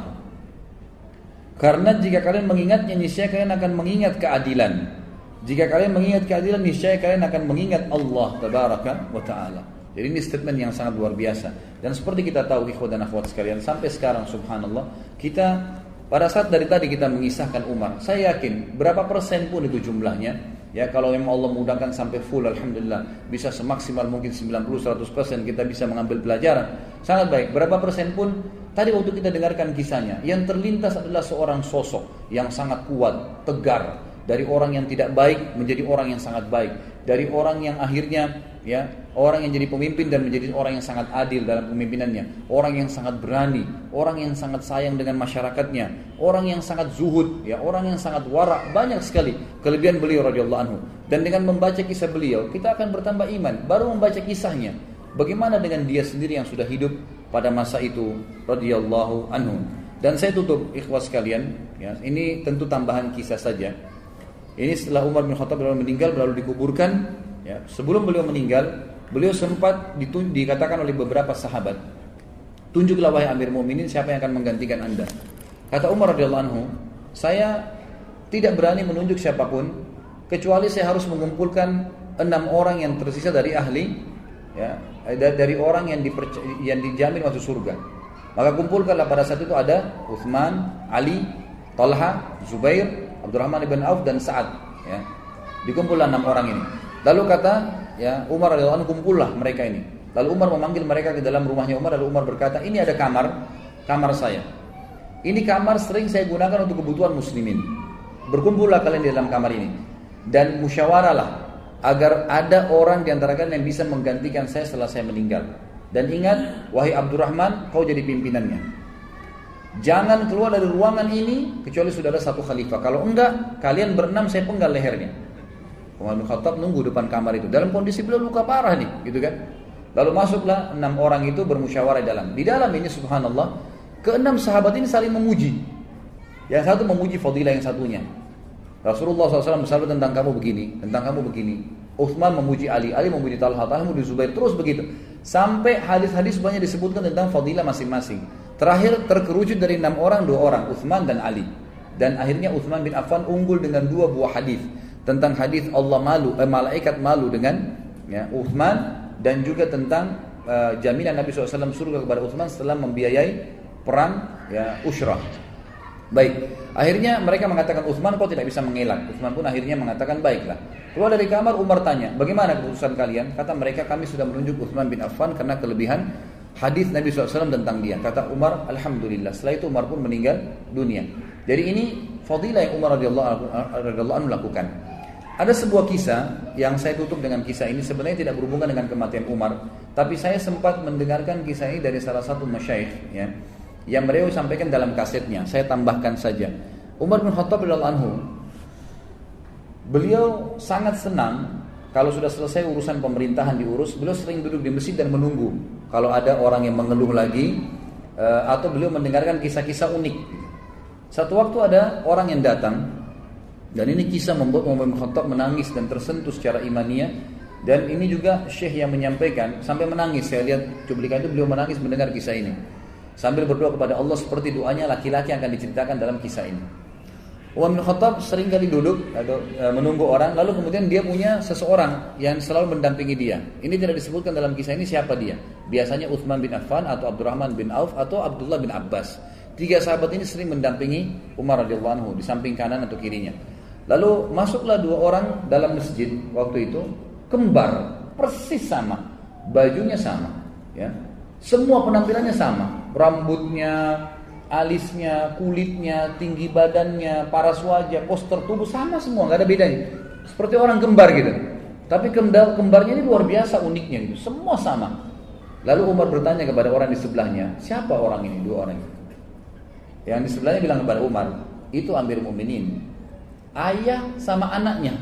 karena jika kalian mengingatnya, niscaya kalian akan mengingat keadilan. Jika kalian mengingat keadilan, niscaya kalian akan mengingat Allah tabaraka wa ta'ala. Jadi ini statement yang sangat luar biasa. Dan seperti kita tahu ikhwah dan akhwat sekalian, sampai sekarang subhanallah, kita pada saat dari tadi kita mengisahkan Umar, saya yakin berapa persen pun itu jumlahnya, ya kalau memang Allah mudahkan sampai full, alhamdulillah, bisa semaksimal mungkin 90-100% kita bisa mengambil pelajaran, sangat baik. Berapa persen pun tadi waktu kita dengarkan kisahnya, yang terlintas adalah seorang sosok yang sangat kuat, tegar, dari orang yang tidak baik menjadi orang yang sangat baik, dari orang yang akhirnya ya orang yang jadi pemimpin dan menjadi orang yang sangat adil dalam pemimpinannya, orang yang sangat berani, orang yang sangat sayang dengan masyarakatnya, orang yang sangat zuhud, ya, orang yang sangat wara'. Banyak sekali kelebihan beliau radhiyallahu anhu. Dan dengan membaca kisah beliau, kita akan bertambah iman. Baru membaca kisahnya, bagaimana dengan dia sendiri yang sudah hidup pada masa itu radhiyallahu anhu. Dan saya tutup ikhwas sekalian, ya, ini tentu tambahan kisah saja. Ini setelah Umar bin Khattab meninggal lalu dikuburkan, ya. Sebelum beliau meninggal, beliau sempat dikatakan oleh beberapa sahabat, tunjuklah wahai Amir Mu'minin siapa yang akan menggantikan Anda. Kata Umar radhiyallahu anhu, saya tidak berani menunjuk siapapun kecuali saya harus mengumpulkan 6 orang yang tersisa dari ahli, ya, dari orang yang dijamin masuk surga. Maka kumpulkanlah pada saat itu ada Utsman, Ali, Talha, Zubair, Abdurrahman ibn Auf dan Sa'ad, ya. Dikumpullah 6 orang ini. Lalu kata, ya, Umar radhiyallahu anhu, kumpullah mereka ini. Lalu Umar memanggil mereka ke dalam rumahnya Umar. Lalu Umar berkata, ini ada kamar saya. Ini kamar sering saya gunakan untuk kebutuhan muslimin. Berkumpullah kalian di dalam kamar ini dan musyawarahlah agar ada orang di antara kalian yang bisa menggantikan saya setelah saya meninggal. Dan ingat, wahai Abdurrahman, kau jadi pimpinannya. Jangan keluar dari ruangan ini kecuali sudah ada satu khalifah. Kalau enggak, kalian berenam saya penggal lehernya. Umar bin Khattab nunggu depan kamar itu dalam kondisi beliau luka parah nih, gitu kan. Lalu masuklah 6 orang itu bermusyawarah dalam. Di dalam ini subhanallah, ke-6 sahabat ini saling memuji. Yang satu memuji fadilah yang satunya. Rasulullah SAW bersabda tentang kamu begini, tentang kamu begini. Utsman memuji Ali, Ali memuji Talha, Talha memuji Zubair, terus begitu. Sampai hadis-hadis banyak disebutkan tentang fadilah masing-masing. Terakhir terkerucut dari 6 orang, 2 orang, Utsman dan Ali. Dan akhirnya Utsman bin Affan unggul dengan 2 buah hadis. Tentang hadis Allah malaikat malu dengan, ya, Utsman, dan juga tentang jaminan Nabi SAW surga kepada Utsman setelah membiayai perang, ya, Ushrah. Baik, akhirnya mereka mengatakan Utsman kau tidak bisa mengelak. Utsman pun akhirnya mengatakan baiklah. Keluar dari kamar, Umar tanya, bagaimana keputusan kalian? Kata mereka, kami sudah menunjuk Utsman bin Affan karena kelebihan hadis Nabi SAW tentang dia. Kata Umar, alhamdulillah. Setelah itu Umar pun meninggal dunia. Jadi ini fadilah yang Umar radhiyallahu anhu lakukan. Ada sebuah kisah yang saya tutup dengan kisah ini, sebenarnya tidak berhubungan dengan kematian Umar, tapi saya sempat mendengarkan kisah ini dari salah satu masyayikh, ya, yang beliau sampaikan dalam kasetnya. Saya tambahkan saja. Umar bin Khattab radhiyallahu anhu, beliau sangat senang kalau sudah selesai urusan pemerintahan diurus, beliau sering duduk di masjid dan menunggu kalau ada orang yang mengeluh lagi, atau beliau mendengarkan kisah-kisah unik. Satu waktu ada orang yang datang, dan ini kisah membuat Umar bin Khattab menangis dan tersentuh secara imaniyah. Dan ini juga syekh yang menyampaikan sampai menangis. Saya lihat cuplikan itu, beliau menangis mendengar kisah ini sambil berdoa kepada Allah seperti doanya laki-laki yang akan diceritakan dalam kisah ini. Umar bin Khattab sering kali duduk atau menunggu orang, lalu kemudian dia punya seseorang yang selalu mendampingi dia. Ini tidak disebutkan dalam kisah ini siapa dia. Biasanya Utsman bin Affan atau Abdurrahman bin Auf atau Abdullah bin Abbas. 3 sahabat ini sering mendampingi Umar radhiyallahu anhu di samping kanan atau kirinya. Lalu masuklah 2 orang dalam masjid waktu itu, kembar, persis sama, bajunya sama, ya. Semua penampilannya sama, rambutnya, alisnya, kulitnya, tinggi badannya, paras wajah, postur tubuh sama semua, nggak ada bedanya. Seperti orang kembar gitu. Tapi kembarnya ini luar biasa uniknya gitu, semua sama. Lalu Umar bertanya kepada orang di sebelahnya, siapa orang ini, 2 orang ini? Yang di sebelahnya bilang kepada Umar, itu Amir Mu'minin, ayah sama anaknya.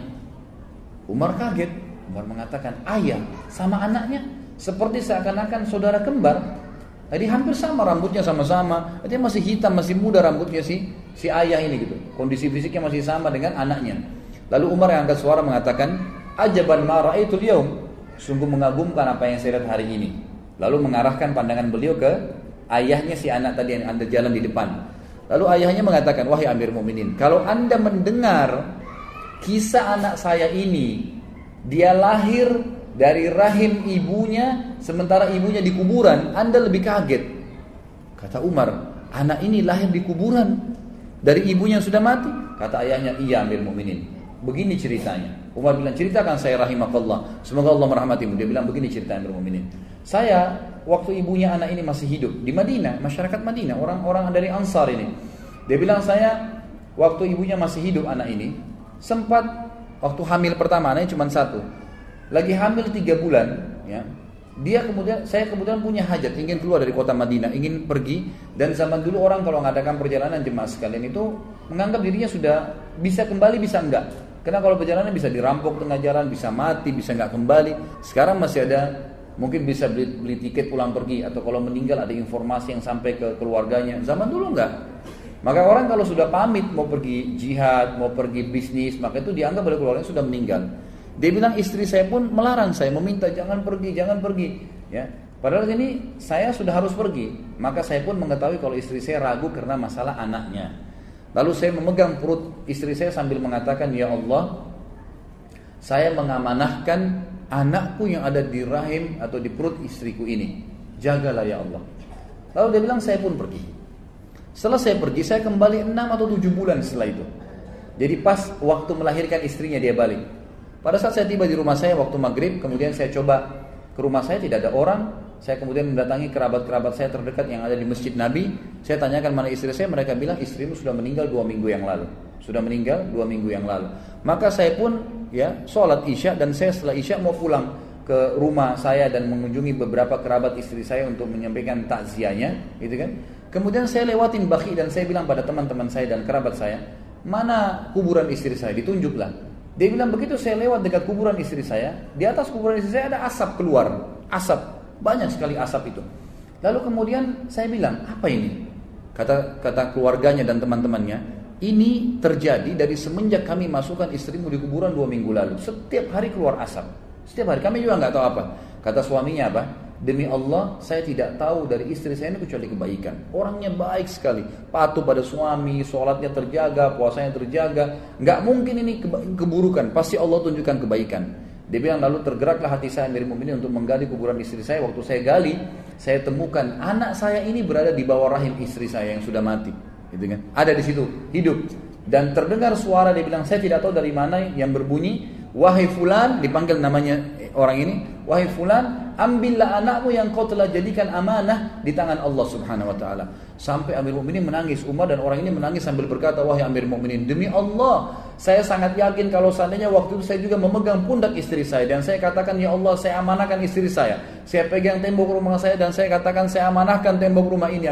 Umar kaget. Umar mengatakan, ayah sama anaknya? Seperti seakan-akan saudara kembar. Jadi hampir sama, rambutnya sama-sama. Dia masih hitam, masih muda rambutnya si ayah ini gitu. Kondisi fisiknya masih sama dengan anaknya. Lalu Umar yang angkat suara mengatakan, ajaban ma ra'aitul yaum, sungguh mengagumkan apa yang saya lihat hari ini. Lalu mengarahkan pandangan beliau ke ayahnya si anak tadi yang ada jalan di depan. Lalu ayahnya mengatakan, wahai Amir Mu'minin, kalau anda mendengar kisah anak saya ini, dia lahir dari rahim ibunya sementara ibunya di kuburan, anda lebih kaget. Kata Umar, anak ini lahir di kuburan dari ibunya yang sudah mati? Kata ayahnya, iya Amir Mu'minin, begini ceritanya. Umar bilang, ceritakan saya rahimakallah, semoga Allah merahmatimu. Dia bilang, begini cerita Amir Mu'minin, saya waktu ibunya anak ini masih hidup di Madinah, masyarakat Madinah, orang-orang dari Ansar ini. Dia bilang, saya waktu ibunya masih hidup anak ini, sempat waktu hamil pertama, anaknya cuma 1, lagi hamil 3 bulan, ya. Saya kemudian punya hajat, ingin keluar dari kota Madinah, ingin pergi. Dan zaman dulu orang kalau mengadakan perjalanan jemaah sekalian itu menganggap dirinya sudah bisa kembali, bisa enggak. Karena kalau perjalanan bisa dirampok tengah jalan, bisa mati, bisa enggak kembali. Sekarang masih ada, mungkin bisa beli tiket pulang pergi, atau kalau meninggal ada informasi yang sampai ke keluarganya. Zaman dulu enggak. Maka orang kalau sudah pamit mau pergi jihad, mau pergi bisnis, maka itu dianggap oleh keluarganya sudah meninggal. Dia bilang istri saya pun melarang saya, meminta jangan pergi, ya. Padahal ini saya sudah harus pergi. Maka saya pun mengetahui kalau istri saya ragu karena masalah anaknya. Lalu saya memegang perut istri saya sambil mengatakan, ya Allah, saya mengamanahkan anakku yang ada di rahim atau di perut istriku ini. Jagalah ya Allah. Lalu dia bilang saya pun pergi. Setelah saya pergi, saya kembali 6 atau 7 bulan setelah itu. Jadi pas waktu melahirkan istrinya dia balik. Pada saat saya tiba di rumah saya waktu maghrib, kemudian saya coba ke rumah saya, tidak ada orang. Saya kemudian mendatangi kerabat-kerabat saya terdekat yang ada di Masjid Nabi. Saya tanyakan mana istri saya, mereka bilang istrimu sudah meninggal 2 minggu yang lalu. Sudah meninggal 2 minggu yang lalu. Maka saya pun ya sholat isya, dan saya setelah isya mau pulang ke rumah saya dan mengunjungi beberapa kerabat istri saya untuk menyampaikan takziahnya, gitu kan. Kemudian saya lewatin Baqi dan saya bilang pada teman-teman saya dan kerabat saya, mana kuburan istri saya? Ditunjuklah. Dia bilang begitu saya lewat dekat kuburan istri saya, di atas kuburan istri saya ada asap keluar, asap, banyak sekali asap itu. Lalu kemudian saya bilang, apa ini? Kata keluarganya dan teman-temannya, ini terjadi dari semenjak kami masukkan istrimu di kuburan 2 minggu lalu. Setiap hari keluar asap, setiap hari. Kami juga nggak tahu apa. Kata suaminya apa? Demi Allah, saya tidak tahu dari istri saya ini kecuali kebaikan. Orangnya baik sekali, patuh pada suami, sholatnya terjaga, puasanya terjaga. Nggak mungkin ini keburukan, pasti Allah tunjukkan kebaikan. Dia bilang lalu tergeraklah hati saya Amirul Mukminin untuk menggali kuburan istri saya. Waktu saya gali, saya temukan anak saya ini berada di bawah rahim istri saya yang sudah mati. Gitu kan? Ada di situ, hidup. Dan terdengar suara, dia bilang saya tidak tahu dari mana yang berbunyi, wahai fulan, dipanggil namanya orang ini, wahai fulan, ambillah anakmu yang kau telah jadikan amanah di tangan Allah Subhanahu wa taala. Sampai Amirul Mukminin menangis, Umar dan orang ini menangis sambil berkata, wahai Amirul Mukminin, demi Allah, saya sangat yakin kalau seandainya waktu itu saya juga memegang pundak istri saya dan saya katakan, ya Allah, saya amanahkan istri saya. Saya pegang tembok rumah saya dan saya katakan saya amanahkan tembok rumah ini,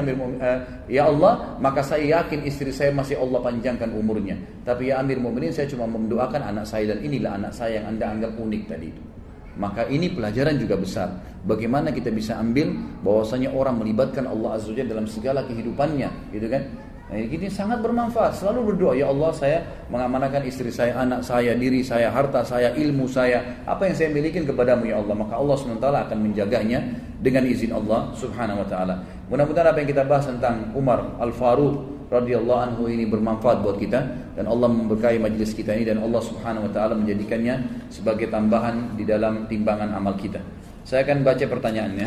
ya Allah, maka saya yakin istri saya masih Allah panjangkan umurnya. Tapi ya Amirul Mukminin, saya cuma mendoakan anak saya dan inilah anak saya yang Anda anggap unik tadi itu. Maka ini pelajaran juga besar. Bagaimana kita bisa ambil bahwasanya orang melibatkan Allah Azza wa Jalla dalam segala kehidupannya, gitu kan? Nah, ini sangat bermanfaat. Selalu berdoa, ya Allah, saya mengamanahkan istri saya, anak saya, diri saya, harta saya, ilmu saya, apa yang saya miliki kepadamu ya Allah. Maka Allah SWT akan menjaganya dengan izin Allah Subhanahu wa taala. Mudah-mudahan apa yang kita bahas tentang Umar Al-Faruq radhiyallahu anhu ini bermanfaat buat kita, dan Allah memberkahi majlis kita ini, dan Allah Subhanahu wa taala menjadikannya sebagai tambahan di dalam timbangan amal kita. Saya akan baca pertanyaannya.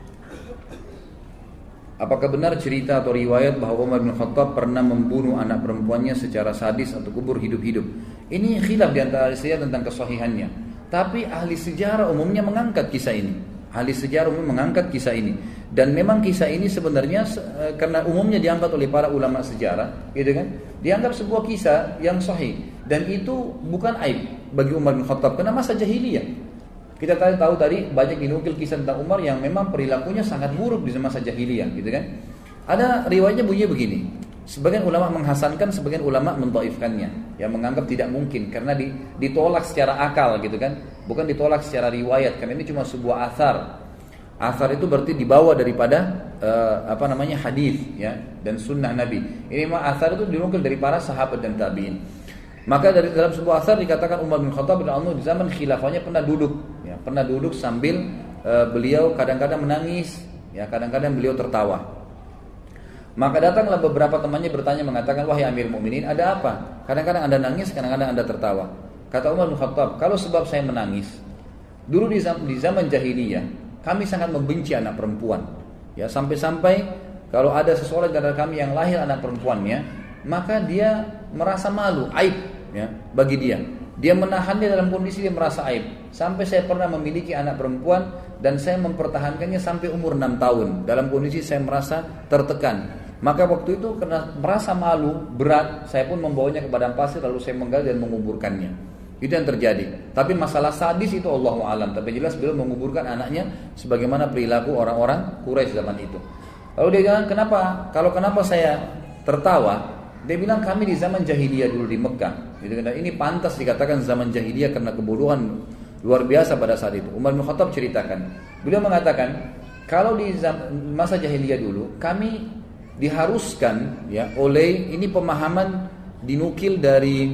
Apakah benar cerita atau riwayat bahwa Umar bin Khattab pernah membunuh anak perempuannya secara sadis atau kubur hidup-hidup? Ini khilaf di antara ahli sejarah tentang kesahihannya. Tapi ahli sejarah umumnya mengangkat kisah ini. Ahli sejarah umum mengangkat kisah ini, dan memang kisah ini sebenarnya karena umumnya diangkat oleh para ulama sejarah, gitu kan? Dianggap sebuah kisah yang sahih, dan itu bukan aib bagi Umar bin Khattab karena masa jahiliyah. Kita tahu tadi banyak dinukil kisah tentang Umar yang memang perilakunya sangat buruk di masa jahiliyah, gitu kan? Ada riwayatnya bunyinya begini. Sebagian ulama menghasankan, sebagian ulama mendhaifkannya, yang menganggap tidak mungkin karena ditolak secara akal, gitu kan? Bukan ditolak secara riwayat, karena ini cuma sebuah athar. Athar itu berarti dibawa daripada hadis, ya, dan sunnah Nabi. Ini memang athar itu dinukil dari para sahabat dan tabiin. Maka dari dalam sebuah athar dikatakan Umar bin Khattab radhiyallahu anhu di zaman khilafahnya pernah duduk sambil beliau kadang-kadang menangis, ya, kadang-kadang beliau tertawa. Maka datanglah beberapa temannya bertanya mengatakan, wahai Amirul Mukminin, ada apa? Kadang-kadang Anda nangis, kadang-kadang Anda tertawa. Kata Umar bin Khattab, kalau sebab saya menangis, dulu di zaman jahiliyah kami sangat membenci anak perempuan, ya, sampai-sampai kalau ada seseorang dari kami yang lahir anak perempuannya, maka dia merasa malu, aib, ya, bagi dia. Dia menahannya dalam kondisi dia merasa aib. Sampai saya pernah memiliki anak perempuan dan saya mempertahankannya sampai umur 6 tahun dalam kondisi saya merasa tertekan. Maka waktu itu karena merasa malu, berat, saya pun membawanya ke padang pasir lalu saya menggali dan menguburkannya. Itu yang terjadi. Tapi masalah sadis itu Allahu a'lam. Tapi jelas beliau menguburkan anaknya sebagaimana perilaku orang-orang Quraisy zaman itu. Lalu dia bilang, kenapa saya tertawa? Dia bilang, kami di zaman jahiliyah dulu di Mekah. Gitu, dan ini pantas dikatakan zaman jahiliyah karena kebodohan luar biasa pada saat itu. Umar bin Khattab ceritakan. Beliau mengatakan, kalau di masa jahiliyah dulu, kami diharuskan ya oleh ini pemahaman dinukil dari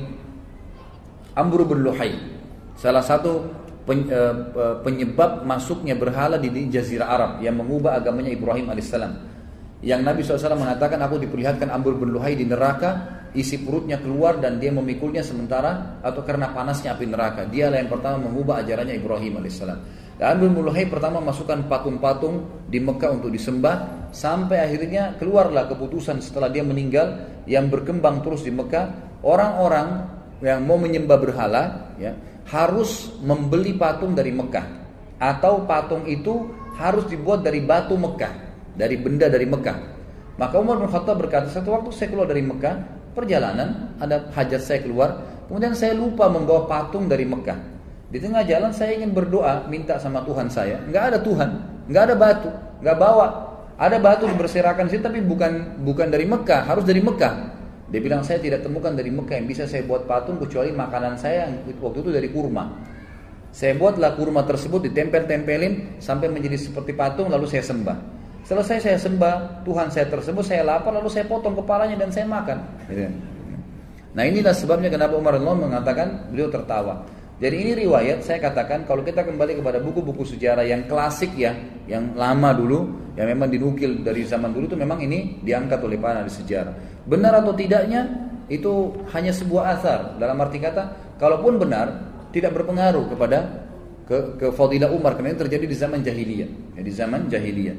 Amr bin Luhai, salah satu penyebab masuknya berhala di Jazirah Arab yang mengubah agamanya Ibrahim alaihissalam. Yang Nabi SAW mengatakan, aku diperlihatkan Amr bin Luhai di neraka, isi perutnya keluar dan dia memikulnya sementara atau karena panasnya api neraka. Dialah yang pertama mengubah ajarannya Ibrahim alaihissalam. Dan Amr bin Luhai pertama masukkan patung-patung di Mekah untuk disembah, sampai akhirnya keluarlah keputusan setelah dia meninggal yang berkembang terus di Mekah, orang-orang yang mau menyembah berhala ya harus membeli patung dari Mekah, atau patung itu harus dibuat dari batu Mekah, dari benda dari Mekah. Maka Umar bin Khattab berkata, satu waktu saya keluar dari Mekah, perjalanan, ada hajat saya keluar, kemudian saya lupa membawa patung dari Mekah. Di tengah jalan saya ingin berdoa, minta sama Tuhan saya, nggak ada Tuhan, nggak ada batu, nggak bawa. Ada batu berserakan sini, tapi bukan dari Mekah, harus dari Mekah. Dia bilang, saya tidak temukan dari Mekah yang bisa saya buat patung kecuali makanan saya yang waktu itu dari kurma. Saya buatlah kurma tersebut, ditempel-tempelin sampai menjadi seperti patung, lalu saya sembah. Selesai saya sembah, Tuhan saya tersebut, saya lapar, lalu saya potong kepalanya dan saya makan. Nah inilah sebabnya kenapa Umar bin Khattab mengatakan beliau tertawa. Jadi ini riwayat, saya katakan kalau kita kembali kepada buku-buku sejarah yang klasik ya, yang lama dulu, yang memang dinukil dari zaman dulu, itu memang ini diangkat oleh para ahli sejarah. Benar atau tidaknya itu hanya sebuah asar. Dalam arti kata, kalaupun benar, tidak berpengaruh kepada fadilah Umar, karena ini terjadi di zaman jahiliyah. Ya, di zaman jahiliyah.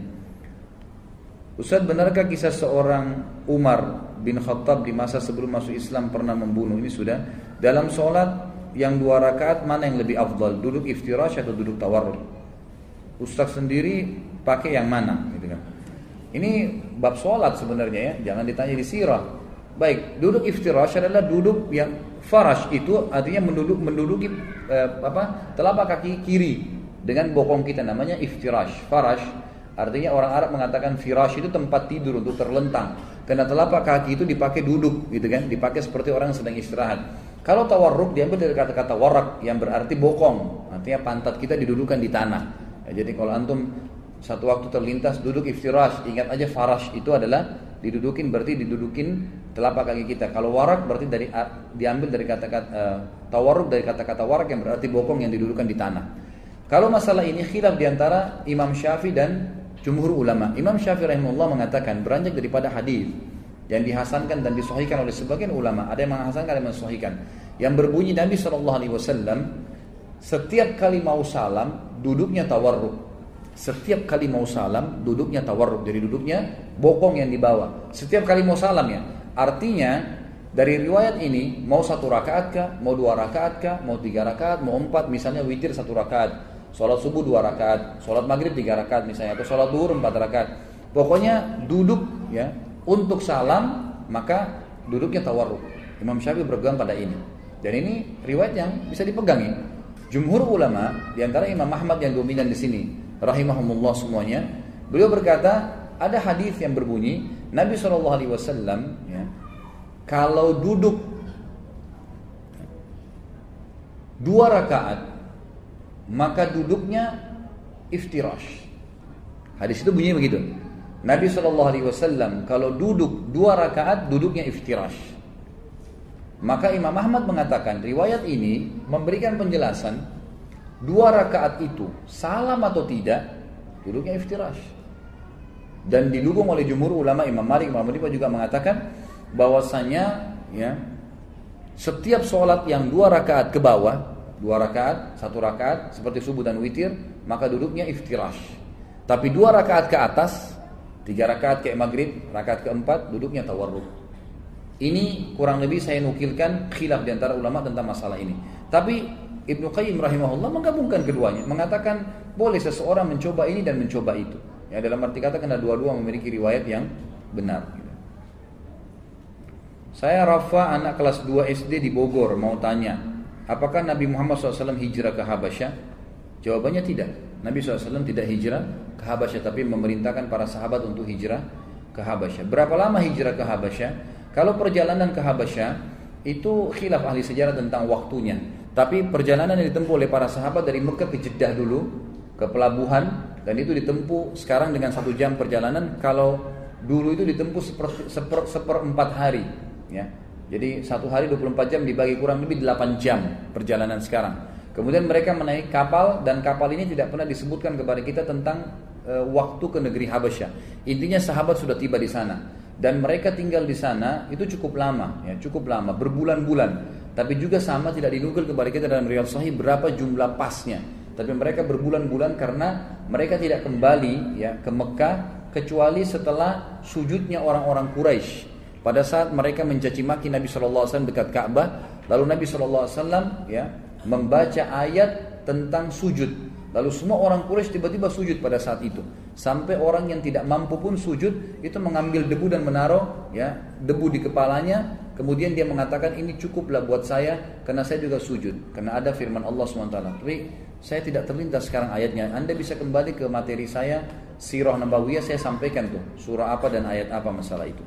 Ustaz, benarkah kisah seorang Umar bin Khattab di masa sebelum masuk Islam pernah membunuh? Ini sudah dalam sholat yang 2 rakaat mana yang lebih afdal, duduk iftirash atau duduk tawarruk? Ustaz sendiri pakai yang mana gitu kan. Ini bab sholat sebenarnya ya, jangan ditanya di sirah. Baik, duduk iftirash adalah duduk yang farash, itu artinya menduduki telapak kaki kiri dengan bokong kita, namanya iftirash. Farash artinya orang Arab mengatakan firash itu tempat tidur untuk terlentang, karena telapak kaki itu dipakai duduk gitu kan, dipakai seperti orang sedang istirahat. Kalau tawarruk diambil dari kata-kata warak yang berarti bokong, artinya pantat kita didudukan di tanah. Ya, jadi kalau antum satu waktu terlintas duduk iftirash, ingat aja farash itu adalah didudukin, berarti didudukin telapak kaki kita. Kalau warak berarti diambil dari kata-kata tawarruk dari kata-kata warak yang berarti bokong yang didudukan di tanah. Kalau masalah ini khilaf diantara Imam Syafi'i dan jumhur ulama. Imam Syafi'i rahimahullah mengatakan beranjak daripada hadis yang dihasankan dan disahihkan oleh sebagian ulama, ada yang menghasankan, ada yang mensahihkan, yang berbunyi Nabi SAW setiap kali mau salam duduknya tawarruk. Setiap kali mau salam duduknya tawarruk, jadi duduknya bokong yang dibawa setiap kali mau salam ya. Artinya dari riwayat ini mau 1 rakaat kah, mau 2 rakaat kah, mau 3 rakaat, mau 4, misalnya witir 1 rakaat, sholat subuh 2 rakaat, sholat maghrib 3 rakaat misalnya, atau sholat duhur 4 rakaat, pokoknya duduk ya untuk salam, maka duduknya tawarruk. Imam Syafi'i berpegang pada ini, dan ini riwayat yang bisa dipegangi. Jumhur ulama, diantara Imam Ahmad yang dominan di sini, rahimahumullah semuanya, beliau berkata ada hadis yang berbunyi Nabi SAW ya, kalau duduk 2 rakaat maka duduknya iftirash. Hadis itu bunyinya begitu. Nabi SAW kalau duduk 2 rakaat duduknya iftirash. Maka Imam Ahmad mengatakan riwayat ini memberikan penjelasan 2 rakaat itu salam atau tidak duduknya iftirash. Dan didukung oleh jumhur ulama, Imam Malik, Imam Abu juga mengatakan bahwasanya ya setiap sholat yang 2 rakaat ke bawah, 2 rakaat, 1 rakaat seperti subuh dan witir, maka duduknya iftirash. Tapi 2 rakaat ke atas, 3 rakaat kayak maghrib, rakaat keempat duduknya tawarruk. Ini kurang lebih saya nukilkan khilaf di antara ulama tentang masalah ini. Tapi Ibnu Qayyim rahimahullah menggabungkan keduanya, mengatakan boleh seseorang mencoba ini dan mencoba itu. Ya, dalam arti kata karena dua-dua memiliki riwayat yang benar. Saya Rafa, anak kelas 2 SD di Bogor, mau tanya, apakah Nabi Muhammad SAW hijrah ke Habasyah? Jawabannya tidak. Nabi SAW tidak hijrah ke Habasyah, tapi memerintahkan para sahabat untuk hijrah ke Habasyah. Berapa lama hijrah ke Habasyah? Kalau perjalanan ke Habasyah itu khilaf ahli sejarah tentang waktunya. Tapi perjalanan yang ditempuh oleh para sahabat dari Mekah ke Jeddah dulu, ke pelabuhan, dan itu ditempuh sekarang dengan 1 jam perjalanan. Kalau dulu itu ditempuh seperempat hari, ya. Jadi 1 hari 24 jam dibagi kurang lebih 8 jam perjalanan sekarang. Kemudian mereka menaik kapal, dan kapal ini tidak pernah disebutkan kepada kita tentang waktu ke negeri Habasyah. Intinya sahabat sudah tiba di sana, dan mereka tinggal di sana itu cukup lama, ya, cukup lama, berbulan-bulan. Tapi juga sama tidak dinukil kepada kita dalam riwayat sahih berapa jumlah pasnya. Tapi mereka berbulan-bulan karena mereka tidak kembali, ya, ke Mekah kecuali setelah sujudnya orang-orang Quraisy. Pada saat mereka mencaci maki Nabi SAW dekat Ka'bah, lalu Nabi SAW, ya, membaca ayat tentang sujud. Lalu semua orang Quraisy tiba-tiba sujud pada saat itu. Sampai orang yang tidak mampu pun sujud, itu mengambil debu dan menaruh, ya, debu di kepalanya. Kemudian dia mengatakan, ini cukuplah buat saya karena saya juga sujud. Karena ada firman Allah SWT. Tapi saya tidak terlintas sekarang ayatnya. Anda bisa kembali ke materi saya, Sirah Nabawiyah, saya sampaikan tuh surah apa dan ayat apa masalah itu.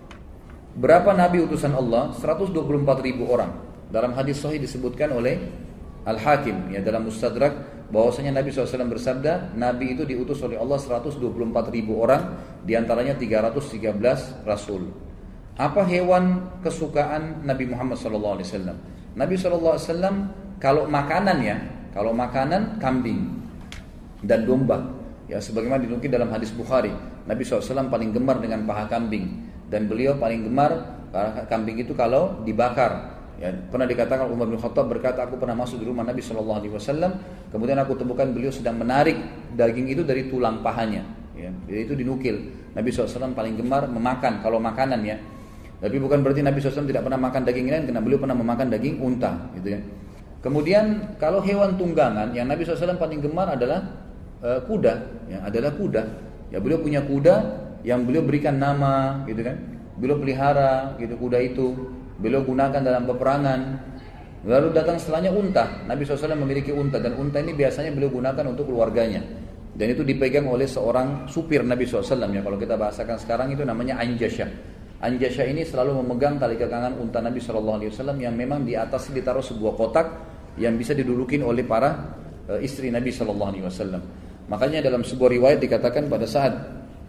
Berapa nabi utusan Allah? 124.000 orang. Dalam hadis sahih disebutkan oleh Al-Hakim, ya, dalam Mustadrak, bahwasanya Nabi SAW bersabda, Nabi itu diutus oleh Allah 124.000 orang, diantaranya 313 Rasul. Apa hewan kesukaan Nabi Muhammad SAW? Nabi SAW kalau makanan, ya, kalau makanan kambing dan domba, ya, sebagaimana dinukil dalam hadis Bukhari, Nabi SAW paling gemar dengan paha kambing, dan beliau paling gemar paha kambing itu kalau dibakar. Ya, pernah dikatakan Umar bin Khattab berkata, aku pernah masuk di rumah Nabi SAW, kemudian aku temukan beliau sedang menarik daging itu dari tulang pahanya. Ya, jadi itu dinukil. Nabi SAW paling gemar memakan kalau makanan, ya. Tapi bukan berarti Nabi SAW tidak pernah makan daging lain, karena beliau pernah memakan daging unta, gitu ya. Kemudian kalau hewan tunggangan yang Nabi SAW paling gemar adalah kuda, ya, adalah kuda. Ya, beliau punya kuda yang beliau berikan nama, gitu kan. Beliau pelihara, gitu, kuda itu. Beliau gunakan dalam peperangan. Lalu datang setelahnya unta. Nabi SAW memiliki unta, dan unta ini biasanya beliau gunakan untuk keluarganya. Dan itu dipegang oleh seorang supir Nabi SAW, ya. Kalau kita bahasakan sekarang itu namanya Anjasyah. Anjasyah ini selalu memegang tali kekangan unta Nabi SAW, yang memang di atas ditaruh sebuah kotak yang bisa didudukin oleh para istri Nabi SAW. Makanya dalam sebuah riwayat dikatakan pada saat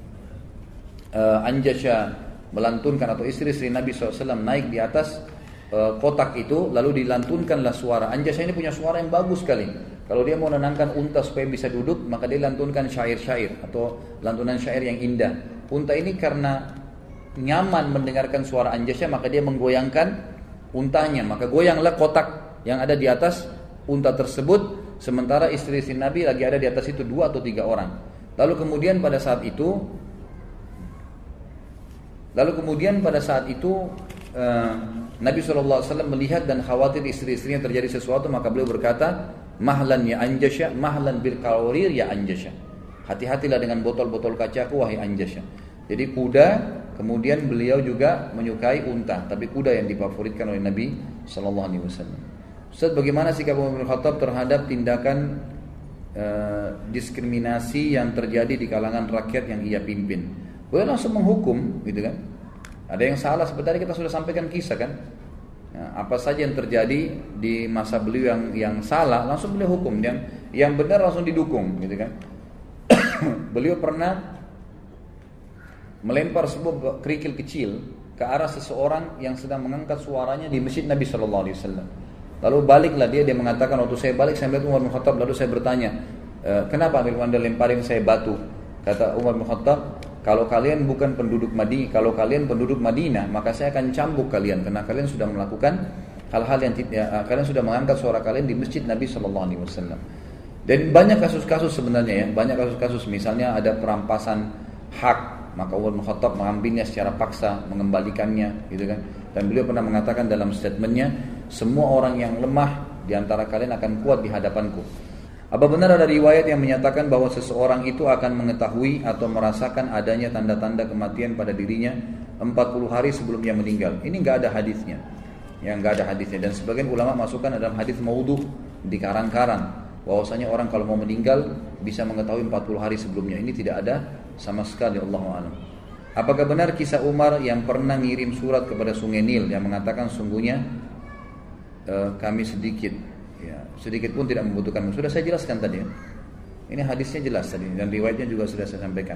Anjasyah melantunkan, atau istri-istri Nabi SAW naik di atas kotak itu, lalu dilantunkanlah suara. Anjasyah ini punya suara yang bagus sekali. Kalau dia mau menenangkan unta supaya bisa duduk, maka dia lantunkan syair-syair atau lantunan syair yang indah. Unta ini karena nyaman mendengarkan suara Anjasyah, maka dia menggoyangkan untanya, maka goyanglah kotak yang ada di atas unta tersebut. Sementara istri-istri Nabi lagi ada di atas itu 2 atau 3 orang. Lalu kemudian pada saat itu Nabi SAW melihat dan khawatir istri-istrinya terjadi sesuatu, maka beliau berkata, mahlan ya Anjasyah, mahlan bil qawarir ya Anjasyah. Hati-hatilah dengan botol-botol kacaku wahai Anjasyah. Jadi kuda, kemudian beliau juga menyukai unta, tapi kuda yang difavoritkan oleh Nabi SAW. Ustaz, bagaimana sikap Umar bin Khattab terhadap tindakan diskriminasi yang terjadi di kalangan rakyat yang ia pimpin? Beliau langsung menghukum, gitu kan. Ada yang salah, seperti tadi kita sudah sampaikan kisah kan. Ya, apa saja yang terjadi di masa beliau yang salah, langsung beliau hukum. Yang benar langsung didukung, gitu kan. Beliau pernah melempar sebuah kerikil kecil ke arah seseorang yang sedang mengangkat suaranya di masjid Nabi SAW. Lalu baliklah dia mengatakan, waktu saya balik saya melihat Umar bin Khattab, lalu saya bertanya, kenapa Anda lemparin saya batu? Kata Umar bin Khattab, kalau kalian bukan penduduk Madinah, kalau kalian penduduk Madinah, maka saya akan cambuk kalian karena kalian sudah melakukan hal-hal yang kalian sudah mengangkat suara kalian di masjid Nabi SAW. Dan banyak kasus-kasus sebenarnya, ya, banyak kasus-kasus. Misalnya ada perampasan hak, maka Umar bin Khattab mengambilnya secara paksa, mengembalikannya, gitu kan. Dan beliau pernah mengatakan dalam statementnya, semua orang yang lemah di antara kalian akan kuat di hadapanku. Apa benar ada riwayat yang menyatakan bahwa seseorang itu akan mengetahui atau merasakan adanya tanda-tanda kematian pada dirinya 40 hari sebelum ia meninggal? Ini enggak ada hadisnya. yang nggak ada hadisnya. Dan sebagian ulama masukkan dalam hadis maudhu, di karang-karang, bahwasanya orang kalau mau meninggal bisa mengetahui 40 hari sebelumnya. Ini tidak ada sama sekali, Allahu a'lam. Apakah benar kisah Umar yang pernah ngirim surat kepada Sungai Nil yang mengatakan sungguhnya kami sedikit, ya, sedikit pun tidak membutuhkan. Sudah saya jelaskan tadi ya. Ini hadisnya jelas tadi dan riwayatnya juga sudah saya sampaikan.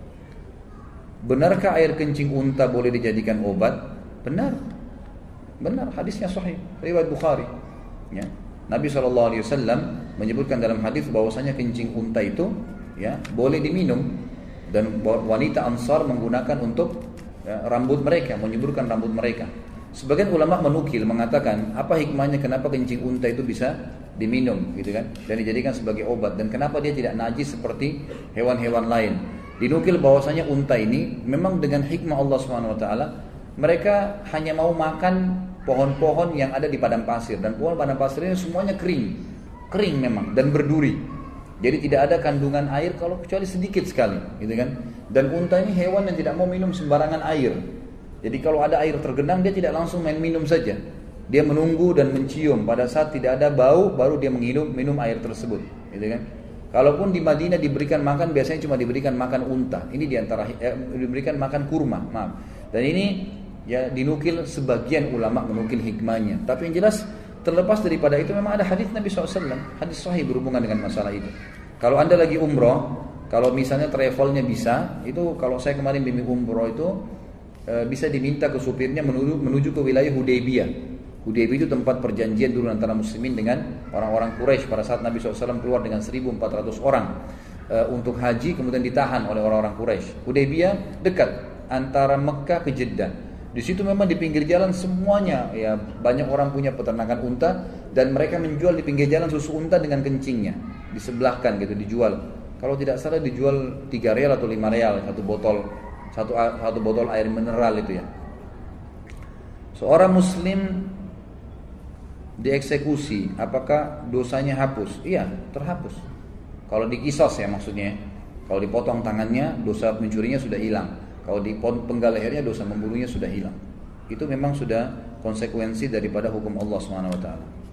Benarkah air kencing unta boleh dijadikan obat? Benar. Benar, hadisnya sahih, riwayat Bukhari. Ya. Nabi SAW menyebutkan dalam hadis bahwasanya kencing unta itu ya boleh diminum, dan wanita Ansar menggunakan untuk rambut mereka, menyuburkan rambut mereka. Sebagian ulama menukil mengatakan apa hikmahnya kenapa kencing unta itu bisa diminum gitu kan, dan dijadikan sebagai obat, dan kenapa dia tidak najis seperti hewan-hewan lain. Dinukil bahwasanya unta ini memang dengan hikmah Allah SWT, mereka hanya mau makan pohon-pohon yang ada di padang pasir, dan pohon padang pasir ini semuanya kering memang dan berduri. Jadi tidak ada kandungan air kalau kecuali sedikit sekali, gitu kan. Dan unta ini hewan yang tidak mau minum sembarangan air. Jadi kalau ada air tergenang dia tidak langsung main minum saja. Dia menunggu dan mencium, pada saat tidak ada bau baru dia minum air tersebut, gitu kan. Kalaupun di Madinah diberikan makan biasanya cuma diberikan makan unta. Ini diantara diberikan makan kurma, maaf. Dan ini ya dinukil sebagian ulama menukil hikmahnya. Tapi yang jelas terlepas daripada itu memang ada hadis Nabi SAW, hadis sahih berhubungan dengan masalah itu. Kalau anda lagi umroh, kalau misalnya travelnya bisa, itu kalau saya kemarin bimbing umroh itu bisa diminta ke supirnya menuju ke wilayah Hudaybiyah. Hudaybiyah itu tempat perjanjian dulu antara muslimin dengan orang-orang Quraisy pada saat Nabi SAW keluar dengan 1.400 orang untuk haji, kemudian ditahan oleh orang-orang Quraisy. Hudaybiyah dekat antara Mekah ke Jeddah. Di situ memang di pinggir jalan semuanya ya banyak orang punya peternakan unta, dan mereka menjual di pinggir jalan susu unta dengan kencingnya, disebelahkan gitu dijual. Kalau tidak salah dijual 3 real atau 5 real satu botol air mineral itu ya. Seorang muslim dieksekusi, apakah dosanya hapus? Iya, terhapus. Kalau dikisos ya maksudnya. Kalau dipotong tangannya, dosa mencurinya sudah hilang. Kalau dipenggal lehernya, dosa membunuhnya sudah hilang. Itu memang sudah konsekuensi daripada hukum Allah SWT.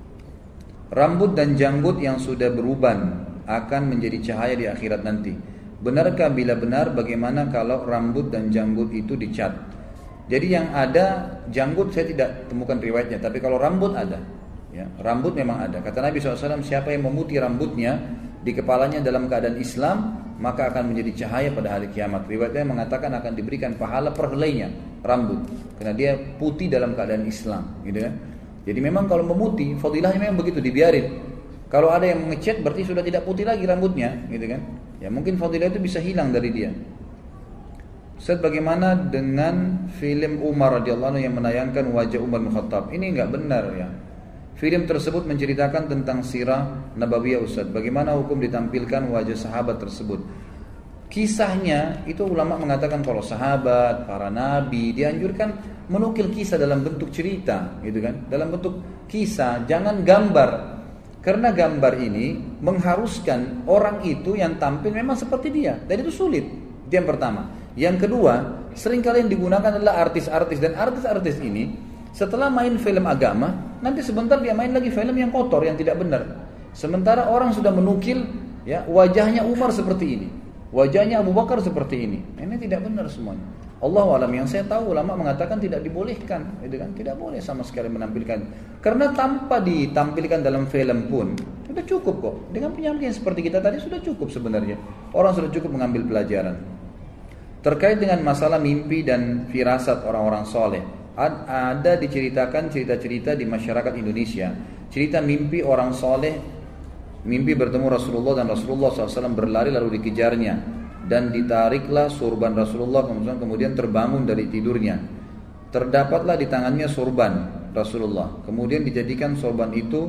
Rambut dan janggut yang sudah beruban akan menjadi cahaya di akhirat nanti. Benarkah? Bila benar, bagaimana kalau rambut dan janggut itu dicat? Jadi yang ada janggut saya tidak temukan riwayatnya, tapi kalau rambut ada. Ya, rambut memang ada. Kata Nabi SAW, siapa yang memutih rambutnya di kepalanya dalam keadaan Islam, maka akan menjadi cahaya pada hari kiamat. Riwayatnya mengatakan akan diberikan pahala per helainya rambut, karena dia putih dalam keadaan Islam, gitu kan. Jadi memang kalau memutih, fadilahnya memang begitu, dibiarin. Kalau ada yang mengecat berarti sudah tidak putih lagi rambutnya, gitu kan. Ya mungkin fadilah itu bisa hilang dari dia. Ustaz, bagaimana dengan film Umar radhiyallahu anhu yang menayangkan wajah Umar bin Khattab? Ini enggak benar ya. Film tersebut menceritakan tentang sirah Nabawiyah Ustaz. Bagaimana hukum ditampilkan wajah sahabat tersebut? Kisahnya itu ulama mengatakan kalau sahabat, para nabi dianjurkan menukil kisah dalam bentuk cerita, gitu kan? Dalam bentuk kisah, jangan gambar. Karena gambar ini mengharuskan orang itu yang tampil memang seperti dia, dan itu sulit. Itu yang pertama. Yang kedua, seringkali yang digunakan adalah artis-artis, dan artis-artis ini setelah main film agama, nanti sebentar dia main lagi film yang kotor, yang tidak benar. Sementara orang sudah menukil ya wajahnya Umar seperti ini, wajahnya Abu Bakar seperti ini. Ini tidak benar semuanya. Allahu a'lam, yang saya tahu ulama mengatakan tidak dibolehkan, gitu kan? Tidak boleh sama sekali menampilkan. Karena tanpa ditampilkan dalam film pun sudah cukup kok. Dengan penyampaian seperti kita tadi sudah cukup sebenarnya. Orang sudah cukup mengambil pelajaran. Terkait dengan masalah mimpi dan firasat orang-orang soleh, ada diceritakan cerita-cerita di masyarakat Indonesia. Cerita mimpi orang soleh, mimpi bertemu Rasulullah dan Rasulullah SAW berlari lalu dikejarnya. Dan ditariklah surban Rasulullah, kemudian terbangun dari tidurnya. Terdapatlah di tangannya surban Rasulullah. Kemudian dijadikan surban itu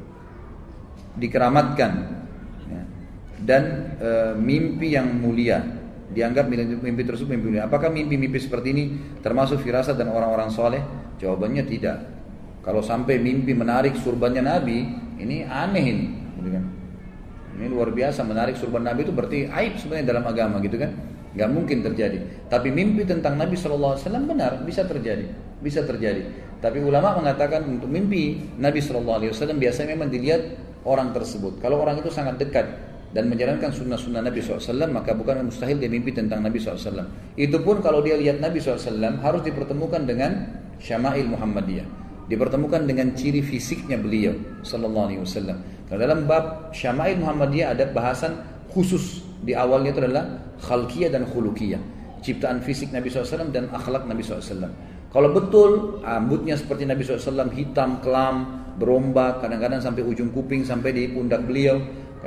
dikeramatkan ya. Dan mimpi yang mulia, dianggap mimpi tersebut mimpi mulia. Apakah mimpi-mimpi seperti ini termasuk firasat dan orang-orang soleh? Jawabannya tidak. Kalau sampai mimpi menarik surbannya Nabi, ini aneh ini, gitu kan? Ini luar biasa, menarik surban Nabi itu berarti aib sebenarnya dalam agama, gitu kan? Gak mungkin terjadi. Tapi mimpi tentang Nabi SAW benar, bisa terjadi. Tapi ulama mengatakan untuk mimpi Nabi SAW biasanya memang dilihat orang tersebut. Kalau orang itu sangat dekat dan menjalankan sunnah-sunnah Nabi SAW, maka bukan mustahil dia mimpi tentang Nabi SAW. Itu pun kalau dia lihat Nabi SAW harus dipertemukan dengan syama'il Muhammadiyah, dipertemukan dengan ciri fisiknya beliau SAW. Kalau dalam bab syama'il Muhammadiyah ada bahasan khusus di awalnya, itu adalah khalqiyah dan khuluqiyah, ciptaan fisik Nabi SAW dan akhlak Nabi SAW. Kalau betul rambutnya seperti Nabi SAW, hitam, kelam, berombak, kadang-kadang sampai ujung kuping, sampai di pundak beliau,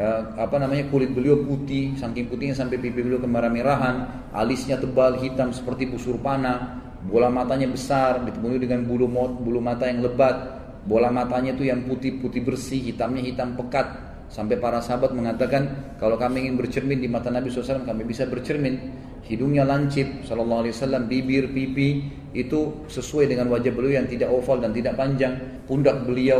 kulit beliau putih, saking putihnya sampai pipi beliau kemerah-merahan, alisnya tebal, hitam seperti busur panah, bola matanya besar, ditemui dengan bulu mata yang lebat, bola matanya itu yang putih-putih bersih, hitamnya hitam pekat. Sampai para sahabat mengatakan, kalau kami ingin bercermin di mata Nabi SAW, kami bisa bercermin. Hidungnya lancip SAW, bibir, pipi itu sesuai dengan wajah beliau yang tidak oval dan tidak panjang. Pundak beliau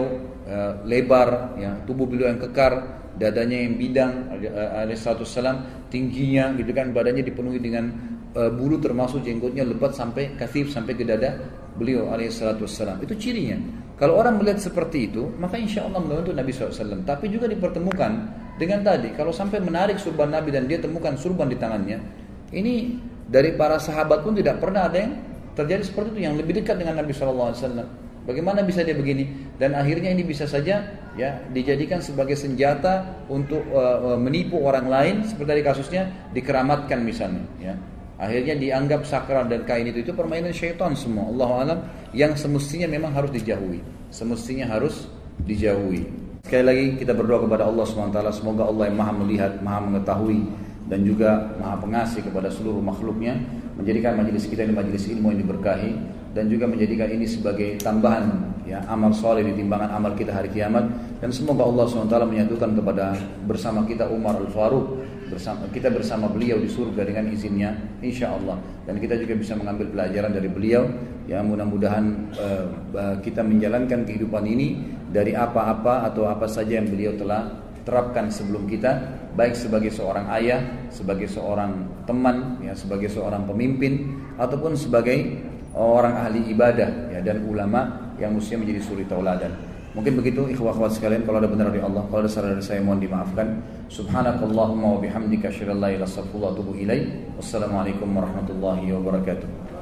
lebar, ya, tubuh beliau yang kekar, dadanya yang bidang alaihissalam, tingginya gitu kan, badannya dipenuhi dengan bulu, termasuk jenggotnya lebat sampai kathif, sampai ke dada beliau alaihissalam. Itu cirinya. Kalau orang melihat seperti itu, maka insya Allah membantu Nabi SAW. Tapi juga dipertemukan dengan tadi, kalau sampai menarik surban Nabi dan dia temukan surban di tangannya, ini dari para sahabat pun tidak pernah ada yang terjadi seperti itu, yang lebih dekat dengan Nabi SAW. Bagaimana bisa dia begini? Dan akhirnya ini bisa saja ya dijadikan sebagai senjata untuk menipu orang lain, seperti tadi kasusnya dikeramatkan misalnya. Ya. Akhirnya dianggap sakral dan kain itu permainan syaitan semua. Allahu a'lam, yang semestinya memang harus dijauhi. Semestinya harus dijauhi. Sekali lagi kita berdoa kepada Allah SWT, semoga Allah yang Maha melihat, Maha mengetahui dan juga Maha pengasih kepada seluruh makhluknya, menjadikan majelis kita ini majelis ilmu yang diberkahi, dan juga menjadikan ini sebagai tambahan ya amal soleh di timbangan amal kita hari kiamat. Dan semoga Allah SWT menyatukan kepada bersama kita Umar Al-Faruq, kita bersama beliau di surga dengan izinnya insyaallah, dan kita juga bisa mengambil pelajaran dari beliau. Ya, mudah-mudahan kita menjalankan kehidupan ini dari apa-apa atau apa saja yang beliau telah terapkan sebelum kita, baik sebagai seorang ayah, sebagai seorang teman, ya, sebagai seorang pemimpin, ataupun sebagai orang ahli ibadah ya, dan ulama yang mestinya menjadi suri tauladan. Mungkin begitu ikhwah akhwat sekalian, kalau ada benar dari Allah, kalau ada salah dari saya mohon dimaafkan. Subhanakallahumma wa bihamdika asyhadu an la ilaha illa anta astaghfiruka wa atubu ilaik. Wassalamualaikum warahmatullahi wabarakatuh.